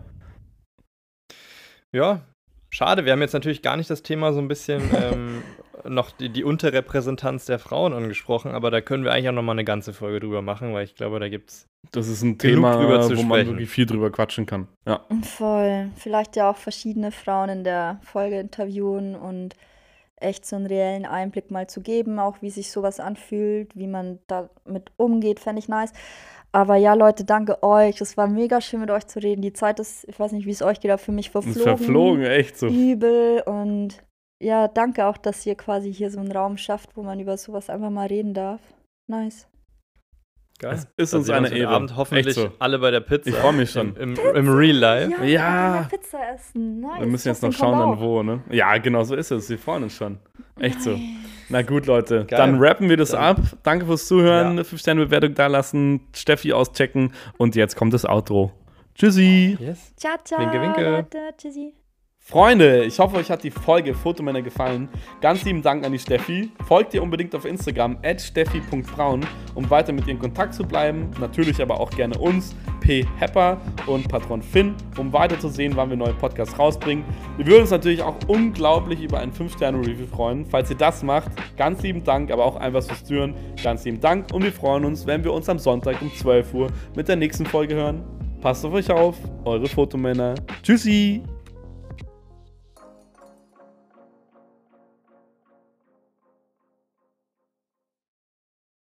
Ja, schade. Wir haben jetzt natürlich gar nicht das Thema so ein bisschen noch die Unterrepräsentanz der Frauen angesprochen, aber da können wir eigentlich auch noch mal eine ganze Folge drüber machen, weil ich glaube, da gibt's das ist ein Thema, wo man wirklich viel drüber quatschen kann. Ja. Voll. Vielleicht ja auch verschiedene Frauen in der Folge interviewen und echt so einen reellen Einblick mal zu geben, auch wie sich sowas anfühlt, wie man damit umgeht, fände ich nice. Aber ja, Leute, danke euch. Es war mega schön, mit euch zu reden. Die Zeit ist, ich weiß nicht, wie es euch geht, aber für mich verflogen. Echt so. Übel. Und ja, danke auch, dass ihr quasi hier so einen Raum schafft, wo man über sowas einfach mal reden darf. Nice. Geil. Es ist uns eine Ehre. Abend hoffentlich so. Alle bei der Pizza. Ich freue mich schon. Im Real Life. Ja. Pizza essen. Nice. Wir müssen jetzt noch schauen, dann wo, ne? Ja, genau so ist es. Wir freuen uns schon. Echt so. Na gut, Leute, dann rappen wir das ab. Danke fürs Zuhören, 5-Sterne-Bewertung da lassen, Steffi auschecken und jetzt kommt das Outro. Tschüssi. Yes. Ciao, ciao. Winke, winke. Leute. Tschüssi. Freunde, ich hoffe, euch hat die Folge Fotomänner gefallen. Ganz lieben Dank an die Steffi. Folgt ihr unbedingt auf Instagram @steffi.braun, um weiter mit ihr in Kontakt zu bleiben. Natürlich aber auch gerne uns, P. Hepper und Patron Finn, um weiter zu sehen, wann wir neue Podcasts rausbringen. Wir würden uns natürlich auch unglaublich über ein 5-Sterne-Review freuen. Falls ihr das macht, ganz lieben Dank, aber auch einfach fürs Zuhören. Ganz lieben Dank und wir freuen uns, wenn wir uns am Sonntag um 12 Uhr mit der nächsten Folge hören. Passt auf euch auf, eure Fotomänner. Tschüssi!